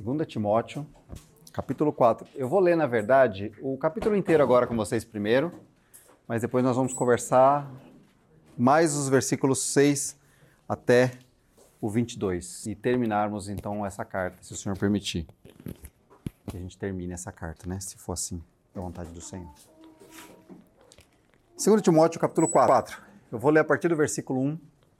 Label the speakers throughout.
Speaker 1: 2 Timóteo, capítulo 4. Eu vou ler, na verdade, o capítulo inteiro agora com vocês primeiro, mas depois nós vamos conversar mais os versículos 6 até o 22 e terminarmos então essa carta, se o Senhor permitir. Que a gente termine essa carta, né? Se for assim, da vontade do Senhor. 2 Timóteo, capítulo 4. Eu vou ler a partir do versículo 1.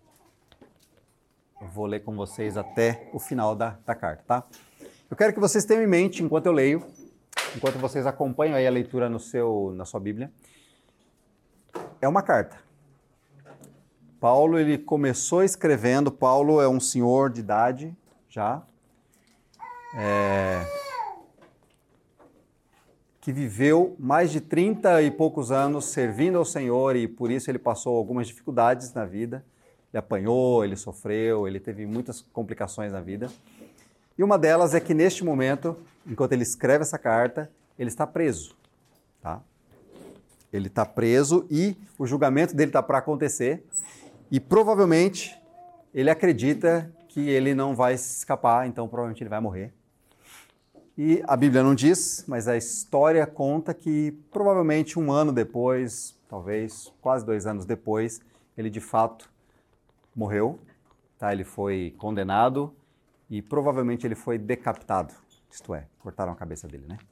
Speaker 1: Eu vou ler com vocês até o final da carta, tá? Eu quero que vocês tenham em mente, enquanto eu leio, enquanto vocês acompanham aí a leitura na sua Bíblia, é uma carta. Paulo, ele começou escrevendo, Paulo é um senhor de idade, já, que viveu mais de 30 e poucos anos servindo ao Senhor e por isso ele passou algumas dificuldades na vida. Ele apanhou, ele sofreu, ele teve muitas complicações na vida. E uma delas é que neste momento, enquanto ele escreve essa carta, ele está preso, tá? Ele está preso e o julgamento dele está para acontecer e provavelmente ele acredita que ele não vai escapar, então provavelmente ele vai morrer. E a Bíblia não diz, mas a história conta que provavelmente um ano depois, talvez quase 2 anos depois, ele de fato morreu, tá? Ele foi condenado e provavelmente ele foi decapitado, isto é, cortaram a cabeça dele, né?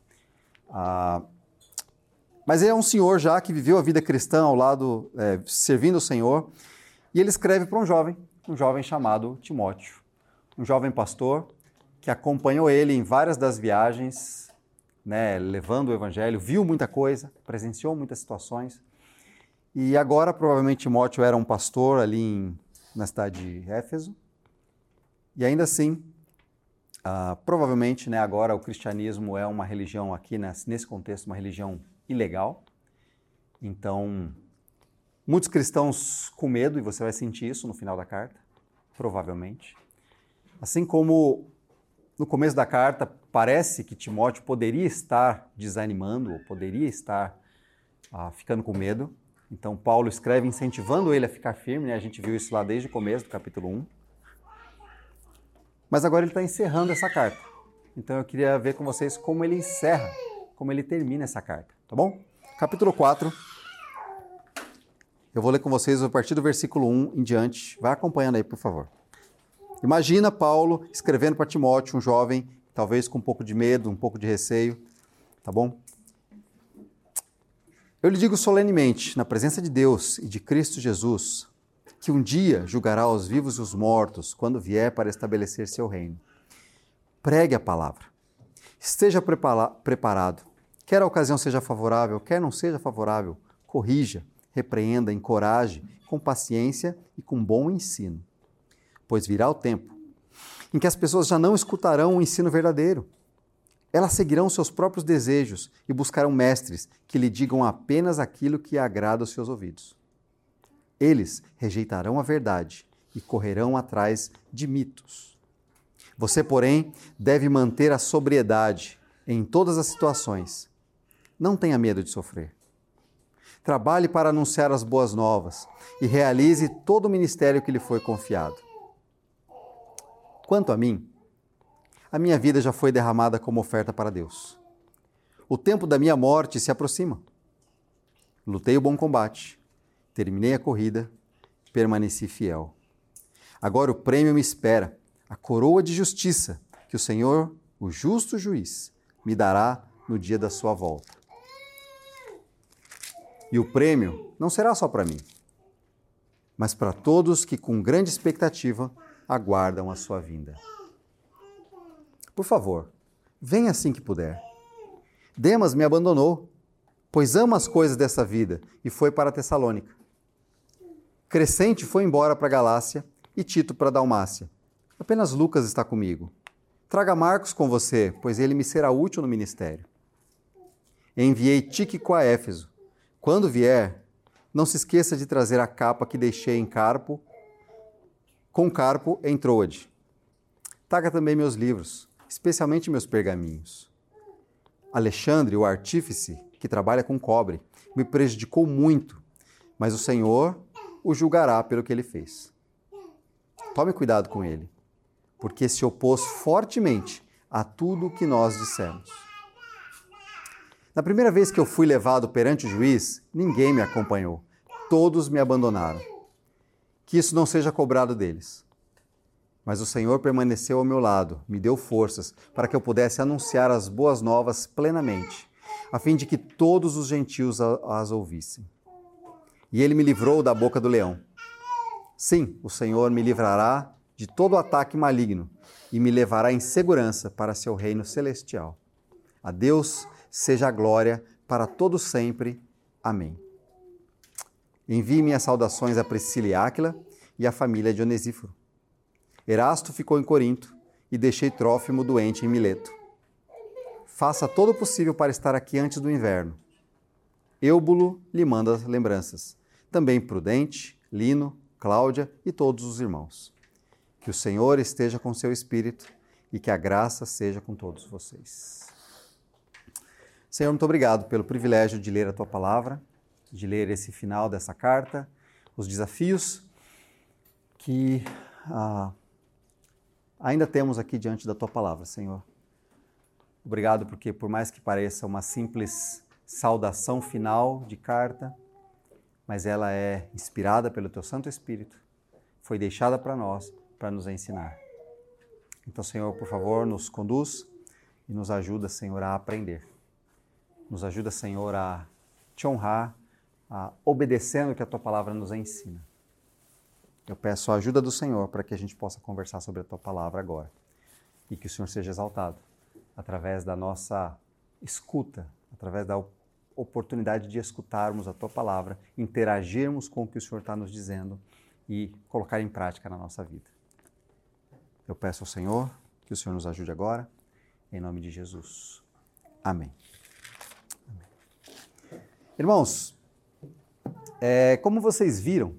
Speaker 1: Mas ele é um senhor já que viveu a vida cristã ao lado, servindo o Senhor, e ele escreve para um jovem chamado Timóteo, um jovem pastor que acompanhou ele em várias das viagens, né, levando o evangelho, viu muita coisa, presenciou muitas situações, e agora provavelmente Timóteo era um pastor ali na cidade de Éfeso, e ainda assim, provavelmente, né, agora o cristianismo é uma religião aqui, nesse contexto, uma religião ilegal. Então, muitos cristãos com medo, e você vai sentir isso no final da carta, provavelmente. Assim como no começo da carta, parece que Timóteo poderia estar desanimando, ou poderia estar ficando com medo. Então, Paulo escreve incentivando ele a ficar firme, né? A gente viu isso lá desde o começo do capítulo 1. Mas agora ele está encerrando essa carta. Então eu queria ver com vocês como ele encerra, como ele termina essa carta, tá bom? Capítulo 4. Eu vou ler com vocês a partir do versículo 1 em diante. Vai acompanhando aí, por favor. Imagina Paulo escrevendo para Timóteo, um jovem, talvez com um pouco de medo, um pouco de receio, tá bom? Eu lhe digo solenemente, na presença de Deus e de Cristo Jesus, que um dia julgará os vivos e os mortos, quando vier para estabelecer seu reino. Pregue a palavra. Esteja preparado. Quer a ocasião seja favorável, quer não seja favorável, corrija, repreenda, encoraje, com paciência e com bom ensino. Pois virá o tempo em que as pessoas já não escutarão o ensino verdadeiro. Elas seguirão seus próprios desejos e buscarão mestres que lhe digam apenas aquilo que agrada aos seus ouvidos. Eles rejeitarão a verdade e correrão atrás de mitos. Você, porém, deve manter a sobriedade em todas as situações. Não tenha medo de sofrer. Trabalhe para anunciar as boas novas e realize todo o ministério que lhe foi confiado. Quanto a mim, a minha vida já foi derramada como oferta para Deus. O tempo da minha morte se aproxima. Lutei o bom combate, terminei a corrida, permaneci fiel. Agora o prêmio me espera, a coroa de justiça que o Senhor, o justo juiz, me dará no dia da sua volta. E o prêmio não será só para mim, mas para todos que com grande expectativa aguardam a sua vinda. Por favor, venha assim que puder. Demas me abandonou, pois ama as coisas dessa vida e foi para Tessalônica. Crescente foi embora para Galácia e Tito para Dalmácia. Apenas Lucas está comigo. Traga Marcos com você, pois ele me será útil no ministério. Enviei Tíquico a Éfeso. Quando vier, não se esqueça de trazer a capa que deixei com Carpo em Troade. Traga também meus livros, especialmente meus pergaminhos. Alexandre, o artífice, que trabalha com cobre, me prejudicou muito, mas o Senhor o julgará pelo que ele fez. Tome cuidado com ele, porque se opôs fortemente a tudo o que nós dissemos. Na primeira vez que eu fui levado perante o juiz, ninguém me acompanhou. Todos me abandonaram. Que isso não seja cobrado deles. Mas o Senhor permaneceu ao meu lado, me deu forças para que eu pudesse anunciar as boas novas plenamente, a fim de que todos os gentios as ouvissem. E ele me livrou da boca do leão. Sim, o Senhor me livrará de todo ataque maligno e me levará em segurança para seu reino celestial. A Deus seja a glória para todos sempre. Amém. Envie minhas saudações a Priscila e Áquila e à família de Onesíforo. Erasto ficou em Corinto e deixei Trófimo doente em Mileto. Faça todo o possível para estar aqui antes do inverno. Eúbulo lhe manda lembranças. Também Prudente, Lino, Cláudia e todos os irmãos. Que o Senhor esteja com seu espírito e que a graça seja com todos vocês. Senhor, muito obrigado pelo privilégio de ler a Tua palavra, de ler esse final dessa carta, os desafios que ainda temos aqui diante da Tua palavra, Senhor. Obrigado porque, por mais que pareça uma simples saudação final de carta, mas ela é inspirada pelo Teu Santo Espírito, foi deixada para nós, para nos ensinar. Então, Senhor, por favor, nos conduz e nos ajuda, Senhor, a aprender. Nos ajuda, Senhor, a Te honrar, obedecendo o que a Tua palavra nos ensina. Eu peço a ajuda do Senhor para que a gente possa conversar sobre a Tua palavra agora. E que o Senhor seja exaltado através da nossa escuta, através da oportunidade de escutarmos a Tua palavra, interagirmos com o que o Senhor está nos dizendo e colocar em prática na nossa vida. Eu peço ao Senhor que o Senhor nos ajude agora, em nome de Jesus. Amém. Amém. Irmãos, como vocês viram,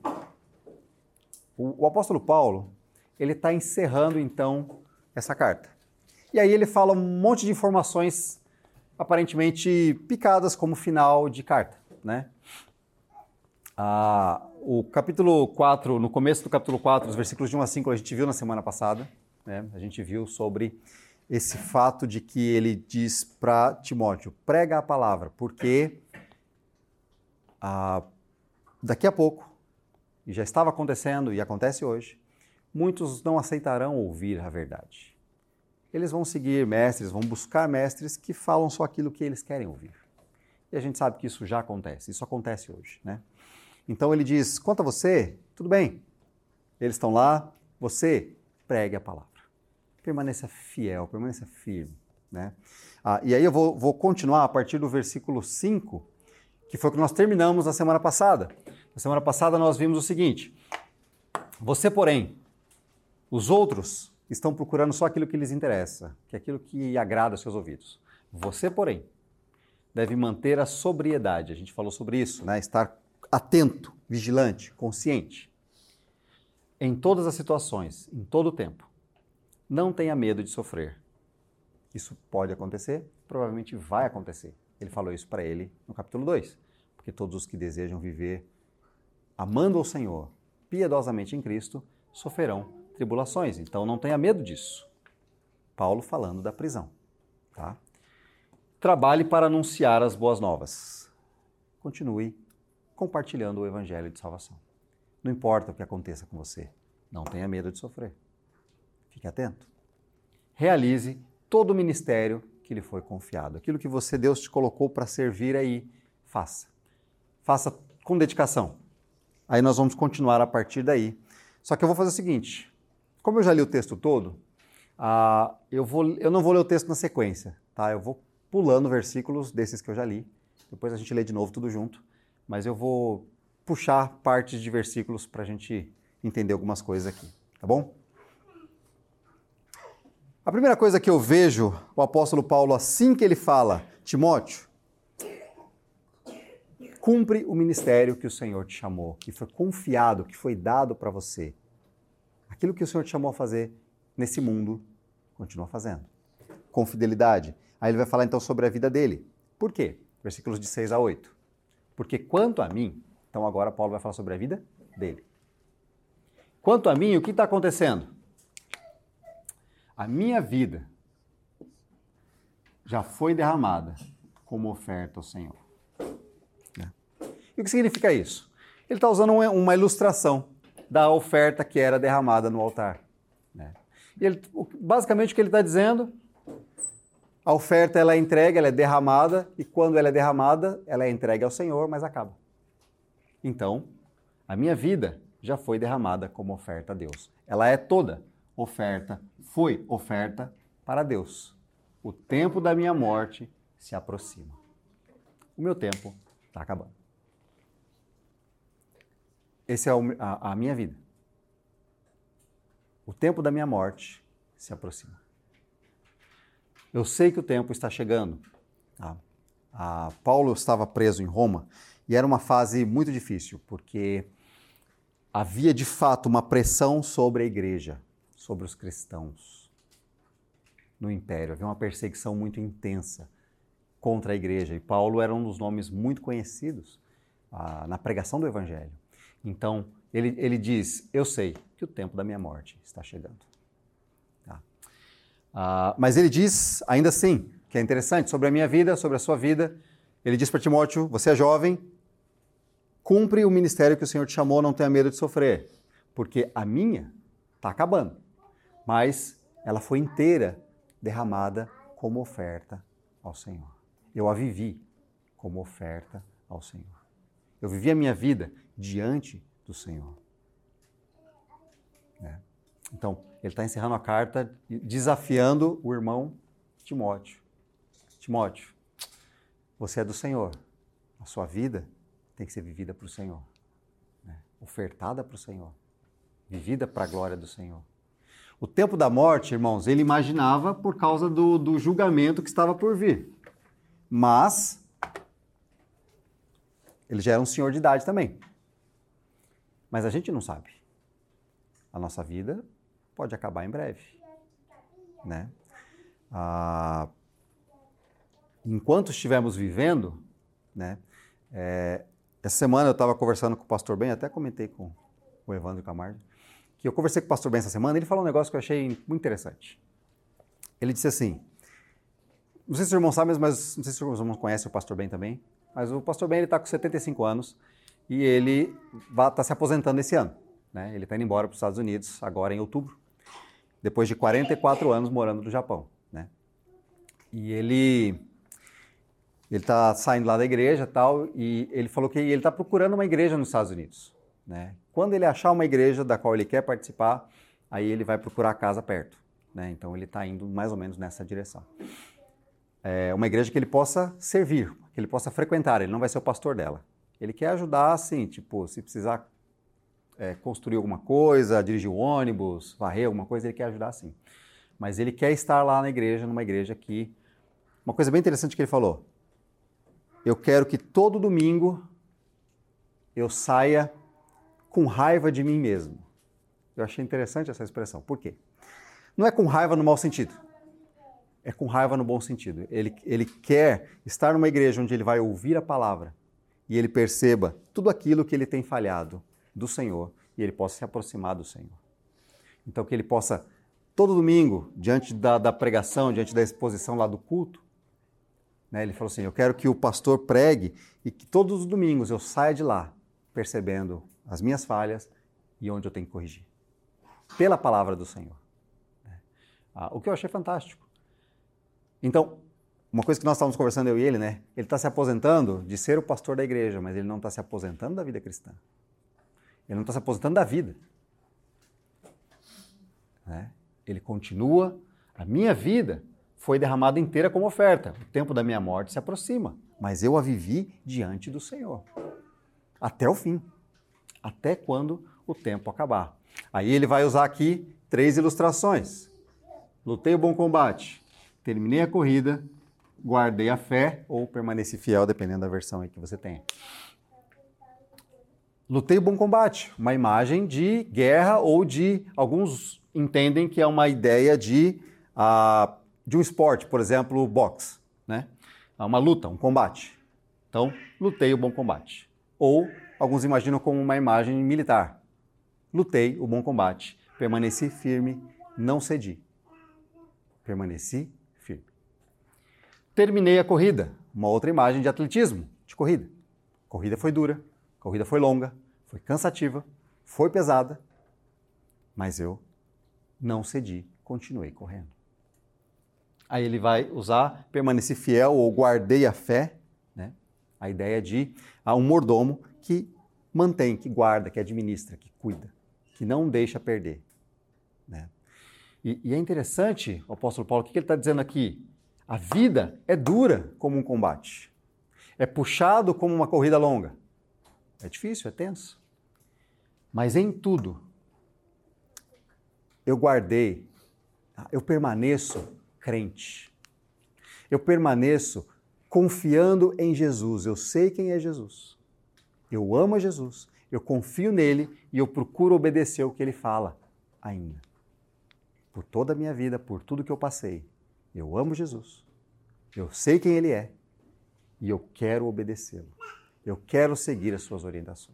Speaker 1: o apóstolo Paulo, ele está encerrando então essa carta. E aí ele fala um monte de informações aparentemente picadas como final de carta, né? O capítulo 4, no começo do capítulo 4, os versículos de 1 a 5, a gente viu na semana passada, né? A gente viu sobre esse fato de que ele diz para Timóteo, prega a palavra, porque daqui a pouco, e já estava acontecendo e acontece hoje, muitos não aceitarão ouvir a verdade. Eles vão seguir mestres, vão buscar mestres que falam só aquilo que eles querem ouvir. E a gente sabe que isso já acontece, isso acontece hoje, né? Então ele diz, quanto a você, tudo bem. Eles estão lá, você pregue a palavra. Permaneça fiel, permaneça firme, né? E aí eu vou continuar a partir do versículo 5, que foi o que nós terminamos na semana passada. Na semana passada nós vimos o seguinte, você, porém, os outros estão procurando só aquilo que lhes interessa, que é aquilo que agrada aos seus ouvidos. Você, porém, deve manter a sobriedade. A gente falou sobre isso, né? Estar atento, vigilante, consciente. Em todas as situações, em todo o tempo. Não tenha medo de sofrer. Isso pode acontecer, provavelmente vai acontecer. Ele falou isso para ele no capítulo 2. Porque todos os que desejam viver amando ao Senhor, piedosamente em Cristo, sofrerão tribulações. Então não tenha medo disso. Paulo falando da prisão. Tá? Trabalhe para anunciar as boas novas. Continue compartilhando o evangelho de salvação. Não importa o que aconteça com você. Não tenha medo de sofrer. Fique atento. Realize todo o ministério que lhe foi confiado. Aquilo que Deus te colocou para servir aí, faça. Faça com dedicação. Aí nós vamos continuar a partir daí. Só que eu vou fazer o seguinte, como eu já li o texto todo, eu não vou ler o texto na sequência, tá? Eu vou pulando versículos desses que eu já li, depois a gente lê de novo tudo junto, mas eu vou puxar partes de versículos para a gente entender algumas coisas aqui, tá bom? A primeira coisa que eu vejo o apóstolo Paulo, assim que ele fala, Timóteo, cumpre o ministério que o Senhor te chamou, que foi confiado, que foi dado para você. Aquilo que o Senhor te chamou a fazer nesse mundo, continua fazendo. Com fidelidade. Aí ele vai falar então sobre a vida dele. Por quê? Versículos de 6 a 8. Porque quanto a mim, então agora Paulo vai falar sobre a vida dele. Quanto a mim, o que está acontecendo? A minha vida já foi derramada como oferta ao Senhor. E o que significa isso? Ele está usando uma ilustração da oferta que era derramada no altar. E basicamente o que ele está dizendo, a oferta ela é entregue, ela é derramada, e quando ela é derramada, ela é entregue ao Senhor, mas acaba. Então, a minha vida já foi derramada como oferta a Deus. Ela é toda oferta, foi oferta para Deus. O tempo da minha morte se aproxima. O meu tempo está acabando. Essa é a minha vida. O tempo da minha morte se aproxima. Eu sei que o tempo está chegando. Paulo estava preso em Roma e era uma fase muito difícil, porque havia de fato uma pressão sobre a igreja, sobre os cristãos no império. Havia uma perseguição muito intensa contra a igreja e Paulo era um dos nomes muito conhecidos na pregação do evangelho. Então, ele diz, eu sei que o tempo da minha morte está chegando. Mas ele diz, ainda assim, que é interessante, sobre a minha vida, sobre a sua vida, ele diz para Timóteo, você é jovem, cumpre o ministério que o Senhor te chamou, não tenha medo de sofrer, porque a minha está acabando, mas ela foi inteira derramada como oferta ao Senhor. Eu a vivi como oferta ao Senhor. Eu vivi a minha vida diante do Senhor. Então, ele está encerrando a carta desafiando o irmão Timóteo. Timóteo, você é do Senhor. A sua vida tem que ser vivida para o Senhor. Ofertada para o Senhor. Vivida para a glória do Senhor. O tempo da morte, irmãos, ele imaginava por causa do julgamento que estava por vir. Mas ele já era um senhor de idade também. Mas a gente não sabe. A nossa vida pode acabar em breve. Enquanto estivermos vivendo, essa semana eu estava conversando com o pastor Ben, até comentei com o Evandro Camargo, que eu conversei com o pastor Ben essa semana, ele falou um negócio que eu achei muito interessante. Ele disse assim, não sei se os irmãos sabem, mas não sei se os irmãos conhecem o pastor Ben também, mas o pastor Ben está com 75 anos e ele está se aposentando esse ano. Ele está indo embora para os Estados Unidos agora em outubro, depois de 44 anos morando no Japão. E ele está saindo lá da igreja e tal, e ele falou que ele está procurando uma igreja nos Estados Unidos. Quando ele achar uma igreja da qual ele quer participar, aí ele vai procurar a casa perto. Então ele está indo mais ou menos nessa direção. É uma igreja que ele possa servir, que ele possa frequentar, ele não vai ser o pastor dela. Ele quer ajudar, assim, tipo, se precisar construir alguma coisa, dirigir um ônibus, varrer alguma coisa, ele quer ajudar assim. Mas ele quer estar lá na igreja, numa igreja que... Uma coisa bem interessante que ele falou. Eu quero que todo domingo eu saia com raiva de mim mesmo. Eu achei interessante essa expressão. Por quê? Não é com raiva no mau sentido. É com raiva no bom sentido. Ele quer estar numa igreja onde ele vai ouvir a palavra e ele perceba tudo aquilo que ele tem falhado do Senhor e ele possa se aproximar do Senhor. Então que ele possa, todo domingo, diante da pregação, diante da exposição lá do culto, ele falou assim, eu quero que o pastor pregue e que todos os domingos eu saia de lá percebendo as minhas falhas e onde eu tenho que corrigir. Pela palavra do Senhor. O que eu achei fantástico. Então, uma coisa que nós estávamos conversando, eu e ele, ele está se aposentando de ser o pastor da igreja, mas ele não está se aposentando da vida cristã. Ele não está se aposentando da vida. Ele continua, a minha vida foi derramada inteira como oferta. O tempo da minha morte se aproxima, mas eu a vivi diante do Senhor. Até o fim. Até quando o tempo acabar. Aí ele vai usar aqui 3 ilustrações. Lutei o bom combate, terminei a corrida, guardei a fé ou permaneci fiel, dependendo da versão aí que você tenha. Lutei o bom combate, uma imagem de guerra ou de... Alguns entendem que é uma ideia de um esporte, por exemplo, boxe, uma luta, um combate. Então, lutei o bom combate. Ou alguns imaginam como uma imagem militar. Lutei o bom combate, permaneci firme, não cedi. Permaneci firme. terminei a corrida. Uma outra imagem de atletismo, de corrida. A corrida foi dura, a corrida foi longa, foi cansativa, foi pesada, mas eu não cedi, continuei correndo. Aí ele vai usar permaneci fiel ou guardei a fé, né? A ideia de um mordomo que mantém, que guarda, que administra, que cuida, que não deixa perder, né? E é interessante, o apóstolo Paulo, o que ele está dizendo aqui? A vida é dura como um combate, é puxado como uma corrida longa, é difícil, é tenso, mas em tudo eu guardei, eu permaneço crente, eu permaneço confiando em Jesus, eu sei quem é Jesus, eu amo a Jesus, eu confio nele e eu procuro obedecer o que ele fala ainda. Por toda a minha vida, por tudo que eu passei, eu amo Jesus, eu sei quem ele é e eu quero obedecê-lo, eu quero seguir as suas orientações.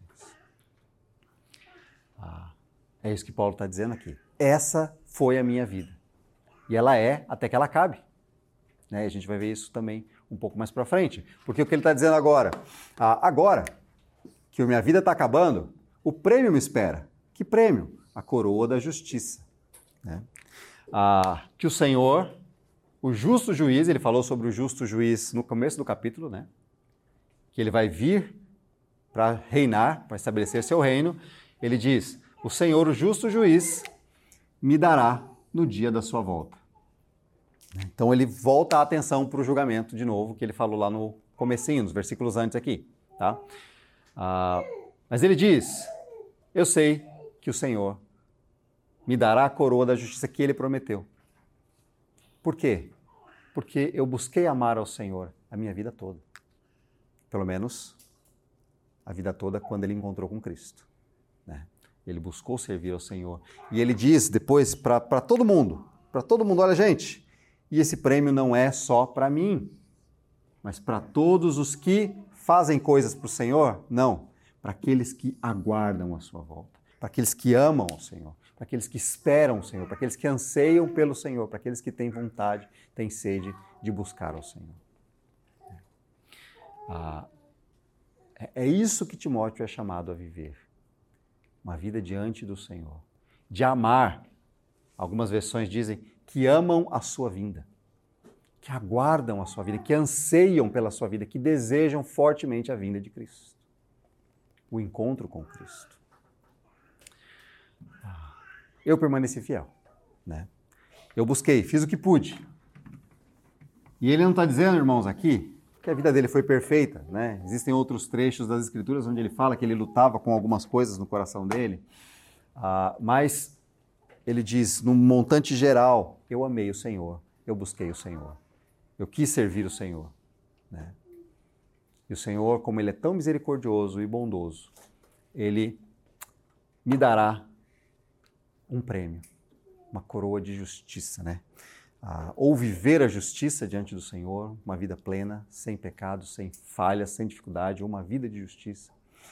Speaker 1: É isso que Paulo está dizendo aqui. Essa foi a minha vida. E ela é até que ela acabe. Né? A gente vai ver isso também um pouco mais para frente. Porque o que ele está dizendo agora? Agora que a minha vida está acabando, o prêmio me espera. Que prêmio? A coroa da justiça. Né? Que o Senhor, o justo juiz, ele falou sobre o justo juiz no começo do capítulo, né? Que ele vai vir para reinar, para estabelecer seu reino. Ele diz, o Senhor, o justo juiz, me dará no dia da sua volta. Então ele volta a atenção para o julgamento de novo, que ele falou lá no comecinho, nos versículos antes aqui. Tá? Mas ele diz, eu sei que o Senhor me dará a coroa da justiça que ele prometeu. Por quê? Porque eu busquei amar ao Senhor a minha vida toda. Pelo menos a vida toda quando ele encontrou com Cristo. Né? Ele buscou servir ao Senhor. E ele diz depois para todo mundo, olha gente, e esse prêmio não é só para mim, mas para todos os que fazem coisas para o Senhor? Não, para aqueles que aguardam a sua volta, para aqueles que amam ao Senhor, para aqueles que esperam o Senhor, para aqueles que anseiam pelo Senhor, para aqueles que têm vontade, têm sede de buscar ao Senhor. É isso que Timóteo é chamado a viver. Uma vida diante do Senhor. De amar. Algumas versões dizem que amam a sua vinda. Que aguardam a sua vida, que anseiam pela sua vida, que desejam fortemente a vinda de Cristo. O encontro com Cristo. Eu permaneci fiel, né? Eu busquei, fiz o que pude. E ele não está dizendo, irmãos, aqui, que a vida dele foi perfeita, né? Existem outros trechos das Escrituras onde ele fala que ele lutava com algumas coisas no coração dele, mas ele diz, num montante geral, eu amei o Senhor, eu busquei o Senhor, eu quis servir o Senhor, né? E o Senhor, como ele é tão misericordioso e bondoso, ele me dará um prêmio, uma coroa de justiça, né? Ou viver a justiça diante do Senhor, uma vida plena, sem pecado, sem falhas, sem dificuldade, ou uma vida de justiça.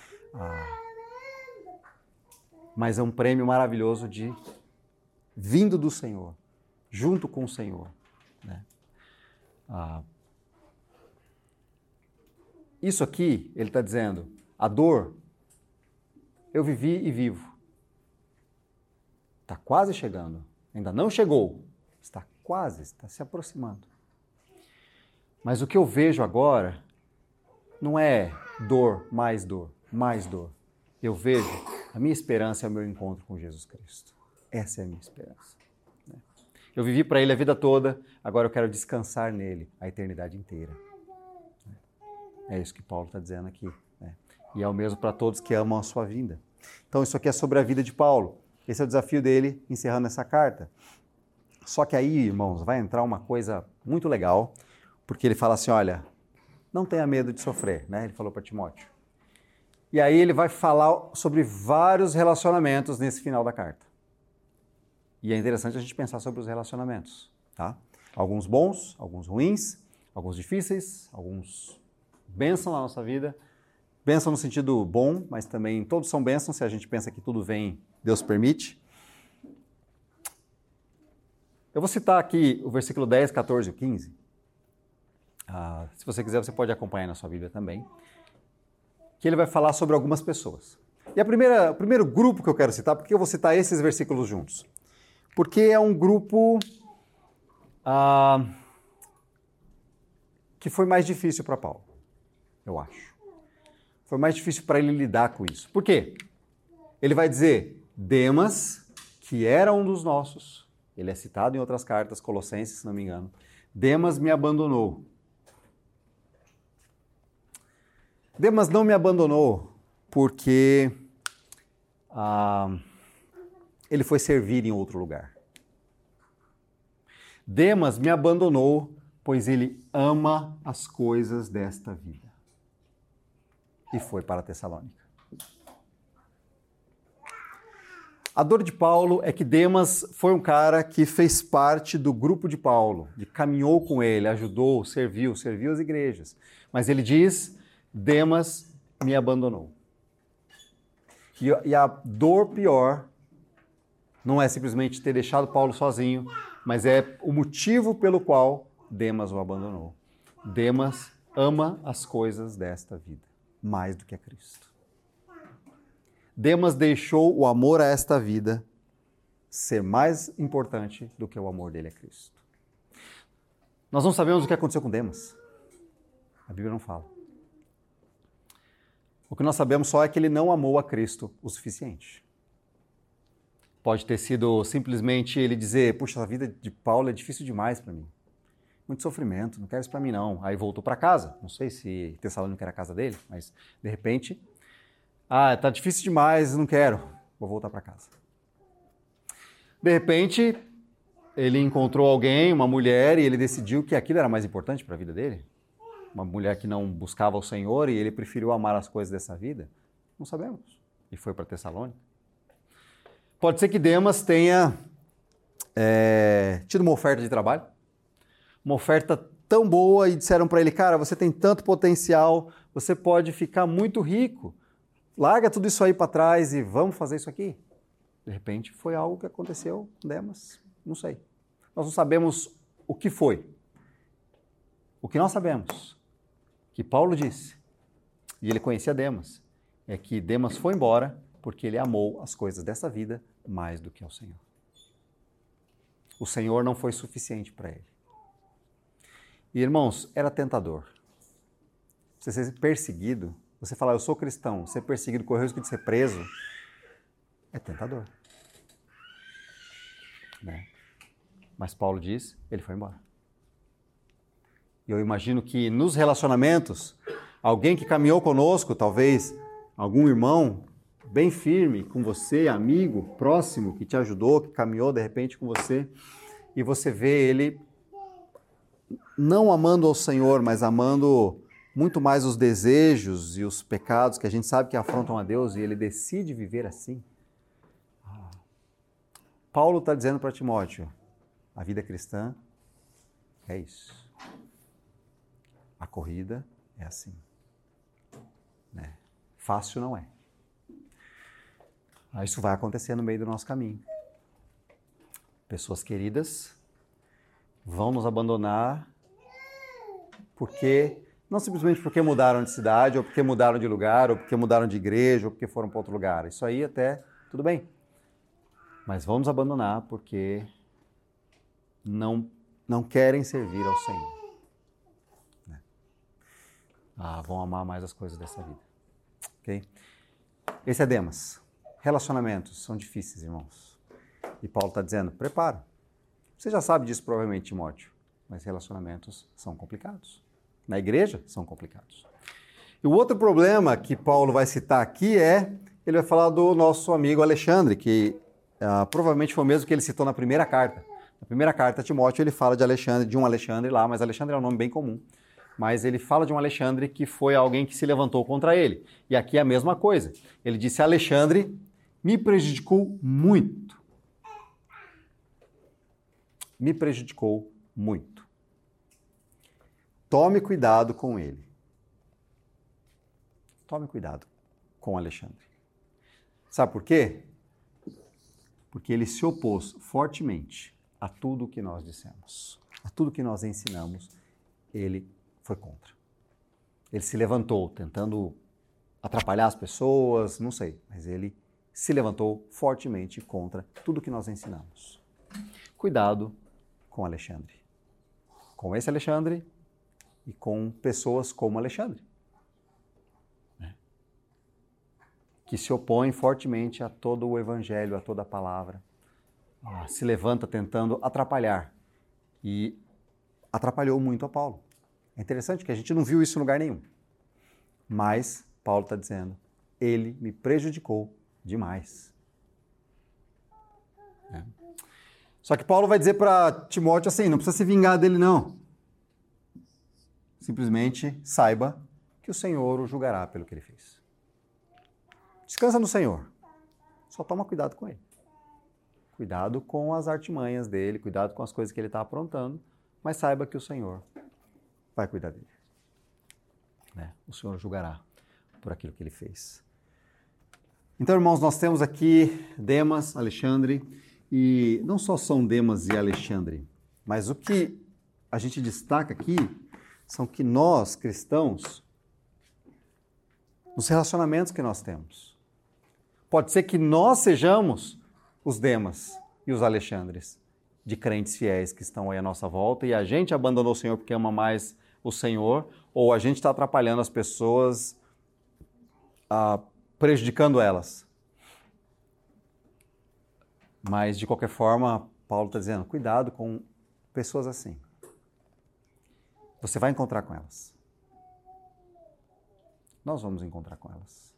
Speaker 1: Mas é um prêmio maravilhoso de vindo do Senhor, junto com o Senhor, né? Isso aqui, ele está dizendo, a dor, eu vivi e vivo. Está quase chegando, ainda não chegou, está quase, está se aproximando. Mas o que eu vejo agora não é dor, mais dor, mais dor. Eu vejo, a minha esperança é o meu encontro com Jesus Cristo. Essa é a minha esperança. Eu vivi para Ele a vida toda, agora eu quero descansar nele a eternidade inteira. É isso que Paulo está dizendo aqui. Né? E é o mesmo para todos que amam a sua vinda. Então isso aqui é sobre a vida de Paulo. Esse é o desafio dele, encerrando essa carta. Só que aí, irmãos, vai entrar uma coisa muito legal, porque ele fala assim, olha, não tenha medo de sofrer, né? Ele falou para Timóteo. E aí ele vai falar sobre vários relacionamentos nesse final da carta. E é interessante a gente pensar sobre os relacionamentos, tá? Alguns bons, alguns ruins, alguns difíceis, alguns bênção na nossa vida. Bênção no sentido bom, mas também todos são bênçãos, se a gente pensa que tudo vem, Deus permite. Eu vou citar aqui o versículo 10, 14 e 15. Se você quiser, você pode acompanhar na sua Bíblia também, que ele vai falar sobre algumas pessoas. E o primeiro grupo que eu quero citar, por que eu vou citar esses versículos juntos? Porque é um grupo que foi mais difícil para Paulo, eu acho. Foi mais difícil para ele lidar com isso. Por quê? Ele vai dizer, Demas, que era um dos nossos, ele é citado em outras cartas, Colossenses, se não me engano, Demas me abandonou. Demas não me abandonou porque ele foi servir em outro lugar. Demas me abandonou, pois ele ama as coisas desta vida. E foi para Tessalônica. A dor de Paulo é que Demas foi um cara que fez parte do grupo de Paulo, caminhou com ele, ajudou, serviu as igrejas. Mas ele diz, Demas me abandonou. E a dor pior não é simplesmente ter deixado Paulo sozinho, mas é o motivo pelo qual Demas o abandonou. Demas ama as coisas desta vida, mais do que a Cristo. Demas deixou o amor a esta vida ser mais importante do que o amor dele a Cristo. Nós não sabemos o que aconteceu com Demas. A Bíblia não fala. O que nós sabemos só é que ele não amou a Cristo o suficiente. Pode ter sido simplesmente ele dizer, puxa, a vida de Paulo é difícil demais para mim. Muito sofrimento, não quero isso para mim não. Aí voltou para casa. Não sei se Tessalônica era a casa dele, mas de repente, tá difícil demais, não quero. Vou voltar para casa. De repente, ele encontrou alguém, uma mulher, e ele decidiu que aquilo era mais importante para a vida dele. Uma mulher que não buscava o Senhor e ele preferiu amar as coisas dessa vida? Não sabemos. E foi para Tessalônica. Pode ser que Demas tenha tido uma oferta de trabalho, uma oferta tão boa e disseram para ele, cara, você tem tanto potencial, você pode ficar muito rico, larga tudo isso aí para trás e vamos fazer isso aqui. De repente foi algo que aconteceu com Demas, não sei. Nós não sabemos o que foi. O que nós sabemos, que Paulo disse, e ele conhecia Demas, é que Demas foi embora porque ele amou as coisas dessa vida mais do que ao Senhor. O Senhor não foi suficiente para ele. E, irmãos, era tentador. Você ser perseguido, você falar, eu sou cristão, ser perseguido, correr o risco de ser preso, é tentador. Né? Mas Paulo diz, ele foi embora. E eu imagino que nos relacionamentos, alguém que caminhou conosco, talvez algum irmão bem firme com você, amigo, próximo, que te ajudou, que caminhou de repente com você, e você vê ele não amando ao Senhor, mas amando muito mais os desejos e os pecados que a gente sabe que afrontam a Deus, e ele decide viver assim. Paulo está dizendo para Timóteo, a vida cristã é isso. A corrida é assim. Né? Fácil não é. Isso vai acontecer no meio do nosso caminho. Pessoas queridas vão nos abandonar não simplesmente porque mudaram de cidade, ou porque mudaram de lugar, ou porque mudaram de igreja, ou porque foram para outro lugar. Isso aí até tudo bem. Mas vão nos abandonar porque não querem servir ao Senhor. Né? Vão amar mais as coisas dessa vida. Ok? Esse é Demas. Relacionamentos são difíceis, irmãos. E Paulo está dizendo, prepara. Você já sabe disso provavelmente, Timóteo, mas relacionamentos são complicados. Na igreja, são complicados. E o outro problema que Paulo vai citar aqui ele vai falar do nosso amigo Alexandre, que provavelmente foi o mesmo que ele citou na primeira carta. Na primeira carta a Timóteo ele fala de um Alexandre lá, mas Alexandre é um nome bem comum. Mas ele fala de um Alexandre que foi alguém que se levantou contra ele. E aqui é a mesma coisa. Ele disse, Alexandre me prejudicou muito. Me prejudicou muito. Tome cuidado com ele. Tome cuidado com Alexandre. Sabe por quê? Porque ele se opôs fortemente a tudo o que nós dissemos, a tudo que nós ensinamos. Ele foi contra. Ele se levantou tentando atrapalhar as pessoas, não sei, mas ele se levantou fortemente contra tudo que nós ensinamos. Cuidado com Alexandre. Com esse Alexandre e com pessoas como Alexandre, né? Que se opõem fortemente a todo o evangelho, a toda a palavra. Se levanta tentando atrapalhar. E atrapalhou muito a Paulo. É interessante que a gente não viu isso em lugar nenhum. Mas Paulo está dizendo, ele me prejudicou demais. Só que Paulo vai dizer para Timóteo assim, não precisa se vingar dele não. Simplesmente saiba que o Senhor o julgará pelo que ele fez. Descansa no Senhor. Só toma cuidado com ele. Cuidado com as artimanhas dele, cuidado com as coisas que ele está aprontando, mas saiba que o Senhor vai cuidar dele. O Senhor julgará por aquilo que ele fez. Então, irmãos, nós temos aqui Demas, Alexandre, e não só são Demas e Alexandre, mas o que a gente destaca aqui são que nós, cristãos, nos relacionamentos que nós temos, pode ser que nós sejamos os Demas e os Alexandres de crentes fiéis que estão aí à nossa volta e a gente abandonou o Senhor porque ama mais o Senhor, ou a gente está atrapalhando as pessoas, prejudicando elas. Mas, de qualquer forma, Paulo está dizendo, cuidado com pessoas assim. Você vai encontrar com elas. Nós vamos encontrar com elas.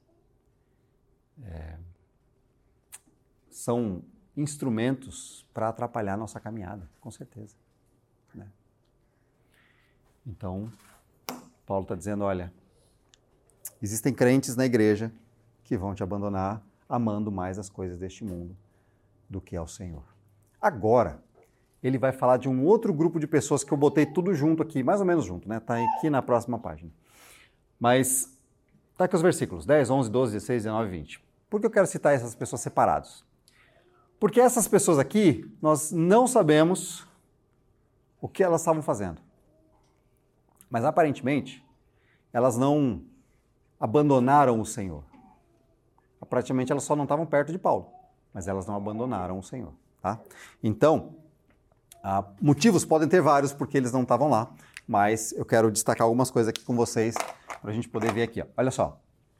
Speaker 1: São instrumentos para atrapalhar a nossa caminhada, com certeza. Né? Então, Paulo está dizendo, olha, existem crentes na igreja que vão te abandonar amando mais as coisas deste mundo do que ao Senhor. Agora, ele vai falar de um outro grupo de pessoas que eu botei tudo junto aqui, mais ou menos junto, né? Está aqui na próxima página. Mas está aqui os versículos 10, 11, 12, 16, 19 e 20. Por que eu quero citar essas pessoas separados? Porque essas pessoas aqui, nós não sabemos o que elas estavam fazendo. Mas aparentemente, elas não abandonaram o Senhor. Praticamente elas só não estavam perto de Paulo, mas elas não abandonaram o Senhor. Tá? Então, motivos podem ter vários porque eles não estavam lá, mas eu quero destacar algumas coisas aqui com vocês para a gente poder ver aqui. Ó. Olha só.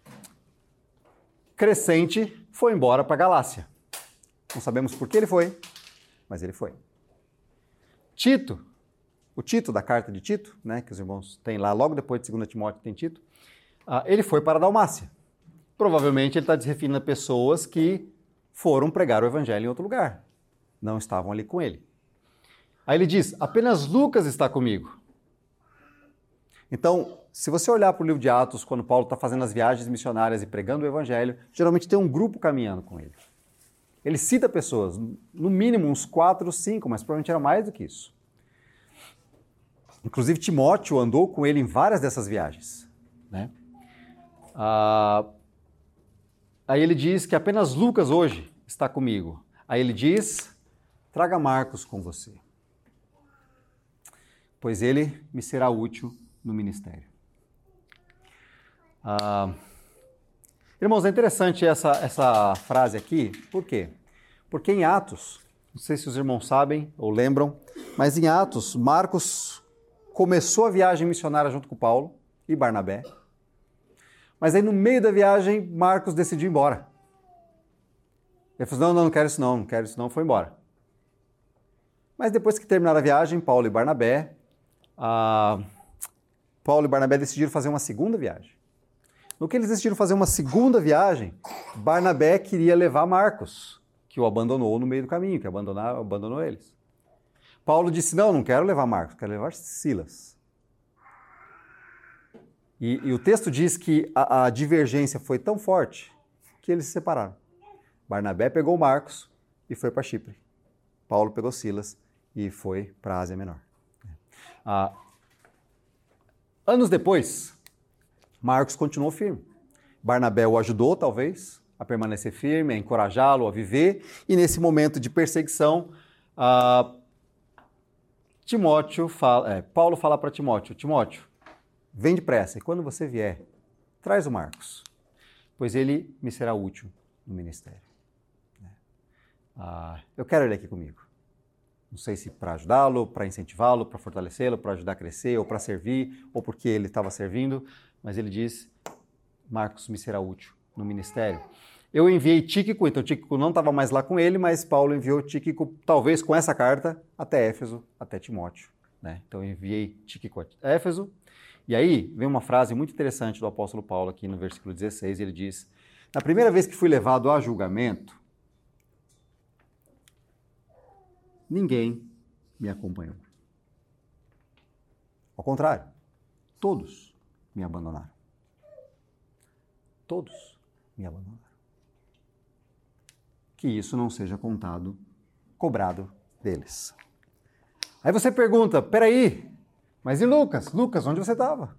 Speaker 1: Crescente foi embora para a Galácia. Não sabemos por que ele foi, mas ele foi. Tito, o Tito, da carta de Tito, né, que os irmãos têm lá, logo depois de 2 Timóteo tem Tito, ele foi para a Dalmácia. Provavelmente ele está se referindo a pessoas que foram pregar o evangelho em outro lugar. Não estavam ali com ele. Aí ele diz, apenas Lucas está comigo. Então, se você olhar para o livro de Atos, quando Paulo está fazendo as viagens missionárias e pregando o evangelho, geralmente tem um grupo caminhando com ele. Ele cita pessoas, no mínimo uns 4, 5, mas provavelmente era mais do que isso. Inclusive, Timóteo andou com ele em várias dessas viagens. Né? Aí ele diz que apenas Lucas hoje está comigo. Aí ele diz, traga Marcos com você, pois ele me será útil no ministério. Irmãos, é interessante essa frase aqui, por quê? Porque em Atos, não sei se os irmãos sabem ou lembram, mas em Atos, Marcos começou a viagem missionária junto com Paulo e Barnabé, mas aí no meio da viagem, Marcos decidiu ir embora. Ele falou, não quero isso não, foi embora. Mas depois que terminaram a viagem, Paulo e Barnabé decidiram fazer uma segunda viagem. No que eles decidiram fazer uma segunda viagem, Barnabé queria levar Marcos, que o abandonou no meio do caminho, que abandonou eles. Paulo disse, não quero levar Marcos, quero levar Silas. E o texto diz que a divergência foi tão forte que eles se separaram. Barnabé pegou Marcos e foi para Chipre. Paulo pegou Silas e foi para a Ásia Menor. Anos depois, Marcos continuou firme. Barnabé o ajudou, talvez, a permanecer firme, a encorajá-lo a viver. E nesse momento de perseguição, Paulo fala para Timóteo, vem depressa, e quando você vier, traz o Marcos, pois ele me será útil no ministério. Eu quero ele aqui comigo. Não sei se para ajudá-lo, para incentivá-lo, para fortalecê-lo, para ajudar a crescer, ou para servir, ou porque ele estava servindo, mas ele diz, Marcos me será útil no ministério. Eu enviei Tíquico, então Tíquico não estava mais lá com ele, mas Paulo enviou Tíquico, talvez com essa carta, até Éfeso, até Timóteo. Né? Então eu enviei Tíquico a Éfeso, e aí vem uma frase muito interessante do apóstolo Paulo aqui no versículo 16, ele diz, na primeira vez que fui levado a julgamento, ninguém me acompanhou. Ao contrário, todos me abandonaram. Todos me abandonaram. Que isso não seja cobrado deles. Aí você pergunta, peraí, mas e Lucas? Lucas, onde você estava?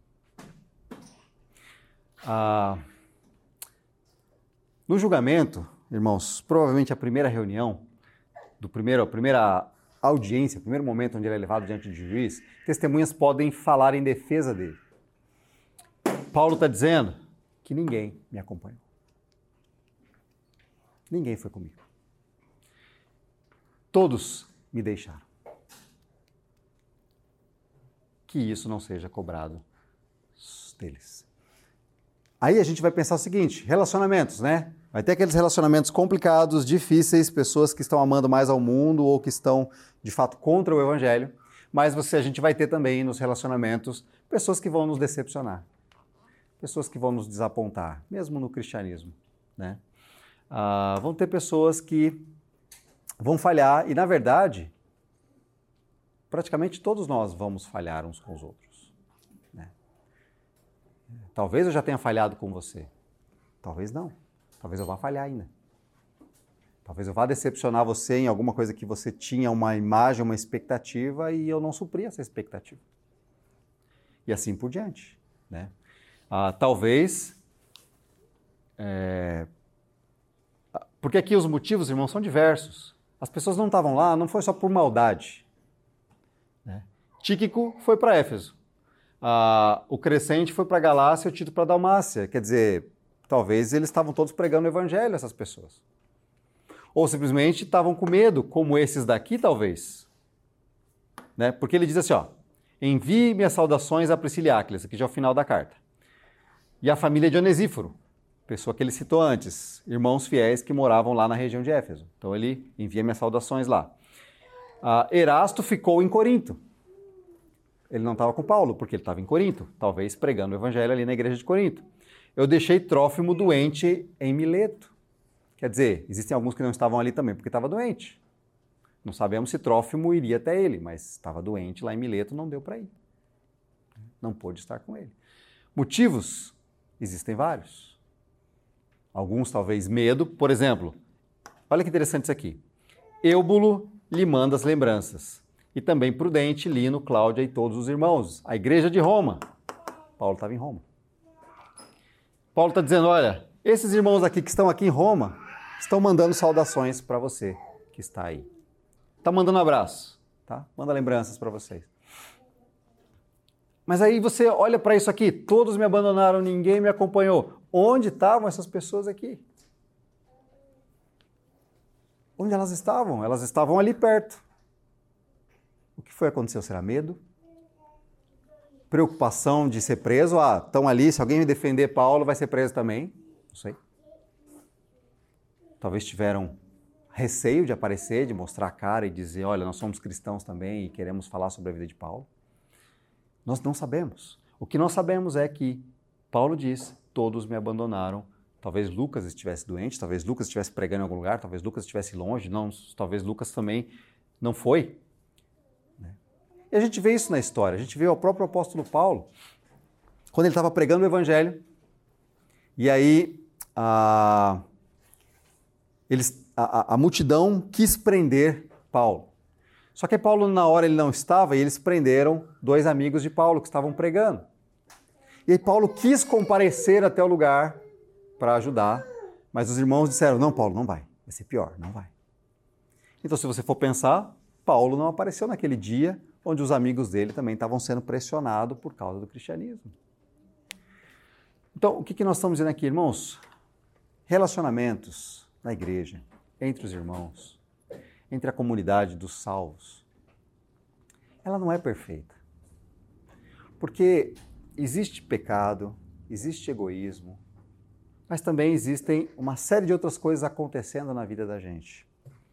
Speaker 1: No julgamento, irmãos, provavelmente a primeira reunião, a primeira audiência, o primeiro momento onde ele é levado diante de juiz, testemunhas podem falar em defesa dele. Paulo está dizendo que ninguém me acompanhou. Ninguém foi comigo. Todos me deixaram. Que isso não seja cobrado deles. Aí a gente vai pensar o seguinte, relacionamentos, né? Vai ter aqueles relacionamentos complicados, difíceis, pessoas que estão amando mais ao mundo ou que estão, de fato, contra o evangelho, mas a gente vai ter também nos relacionamentos pessoas que vão nos decepcionar, pessoas que vão nos desapontar, mesmo no cristianismo, né? Vão ter pessoas que vão falhar e, na verdade, praticamente todos nós vamos falhar uns com os outros. Né? Talvez eu já tenha falhado com você, talvez não. Talvez eu vá falhar ainda. Talvez eu vá decepcionar você em alguma coisa que você tinha uma imagem, uma expectativa e eu não supri essa expectativa. E assim por diante. Né? Talvez... Porque aqui os motivos, irmãos, são diversos. As pessoas não estavam lá, não foi só por maldade. Né? Tíquico foi para Éfeso. O Crescente foi para Galácia e o Tito para Dalmácia. Quer dizer... Talvez eles estavam todos pregando o evangelho, essas pessoas. Ou simplesmente estavam com medo, como esses daqui, talvez. Né? Porque ele diz assim, envie minhas saudações a Priscila e Áquila, aqui já é o final da carta. E a família de Onesíforo, pessoa que ele citou antes, irmãos fiéis que moravam lá na região de Éfeso. Então ele envia minhas saudações lá. Erasto ficou em Corinto. Ele não estava com Paulo, porque ele estava em Corinto, talvez pregando o evangelho ali na igreja de Corinto. Eu deixei Trófimo doente em Mileto. Quer dizer, existem alguns que não estavam ali também porque estava doente. Não sabemos se Trófimo iria até ele, mas estava doente lá em Mileto, não deu para ir. Não pôde estar com ele. Motivos? Existem vários. Alguns talvez medo. Por exemplo, olha que interessante isso aqui. Eubulo lhe manda as lembranças. E também Prudente, Lino, Cláudia e todos os irmãos. A igreja de Roma. Paulo estava em Roma. Paulo está dizendo, olha, esses irmãos aqui que estão aqui em Roma estão mandando saudações para você que está aí. Está mandando um abraço, tá? Manda lembranças para vocês. Mas aí você olha para isso aqui, todos me abandonaram, ninguém me acompanhou. Onde estavam essas pessoas aqui? Onde elas estavam? Elas estavam ali perto. O que foi que aconteceu? Será medo? Preocupação de ser preso? Estão ali, se alguém me defender Paulo, vai ser preso também? Não sei. Talvez tiveram receio de aparecer, de mostrar a cara e dizer, olha, nós somos cristãos também e queremos falar sobre a vida de Paulo. Nós não sabemos. O que nós sabemos é que Paulo diz, todos me abandonaram. Talvez Lucas estivesse doente, talvez Lucas estivesse pregando em algum lugar, talvez Lucas estivesse longe, não, talvez Lucas também não foi. E a gente vê isso na história, a gente vê o próprio apóstolo Paulo, quando ele estava pregando o evangelho, e aí a multidão quis prender Paulo. Só que Paulo, na hora, ele não estava, e eles prenderam 2 amigos de Paulo que estavam pregando. E aí Paulo quis comparecer até o lugar para ajudar, mas os irmãos disseram, não, Paulo, não vai ser pior, não vai. Então, se você for pensar, Paulo não apareceu naquele dia, onde os amigos dele também estavam sendo pressionados por causa do cristianismo. Então, o que nós estamos dizendo aqui, irmãos? Relacionamentos na igreja, entre os irmãos, entre a comunidade dos salvos, ela não é perfeita. Porque existe pecado, existe egoísmo, mas também existem uma série de outras coisas acontecendo na vida da gente.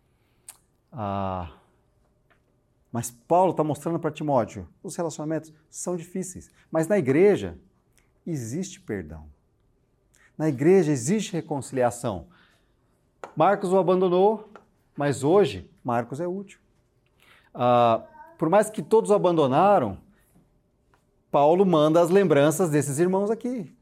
Speaker 1: Mas Paulo está mostrando para Timóteo, os relacionamentos são difíceis, mas na igreja existe perdão. Na igreja existe reconciliação. Marcos o abandonou, mas hoje Marcos é útil. Por mais que todos o abandonaram, Paulo manda as lembranças desses irmãos aqui.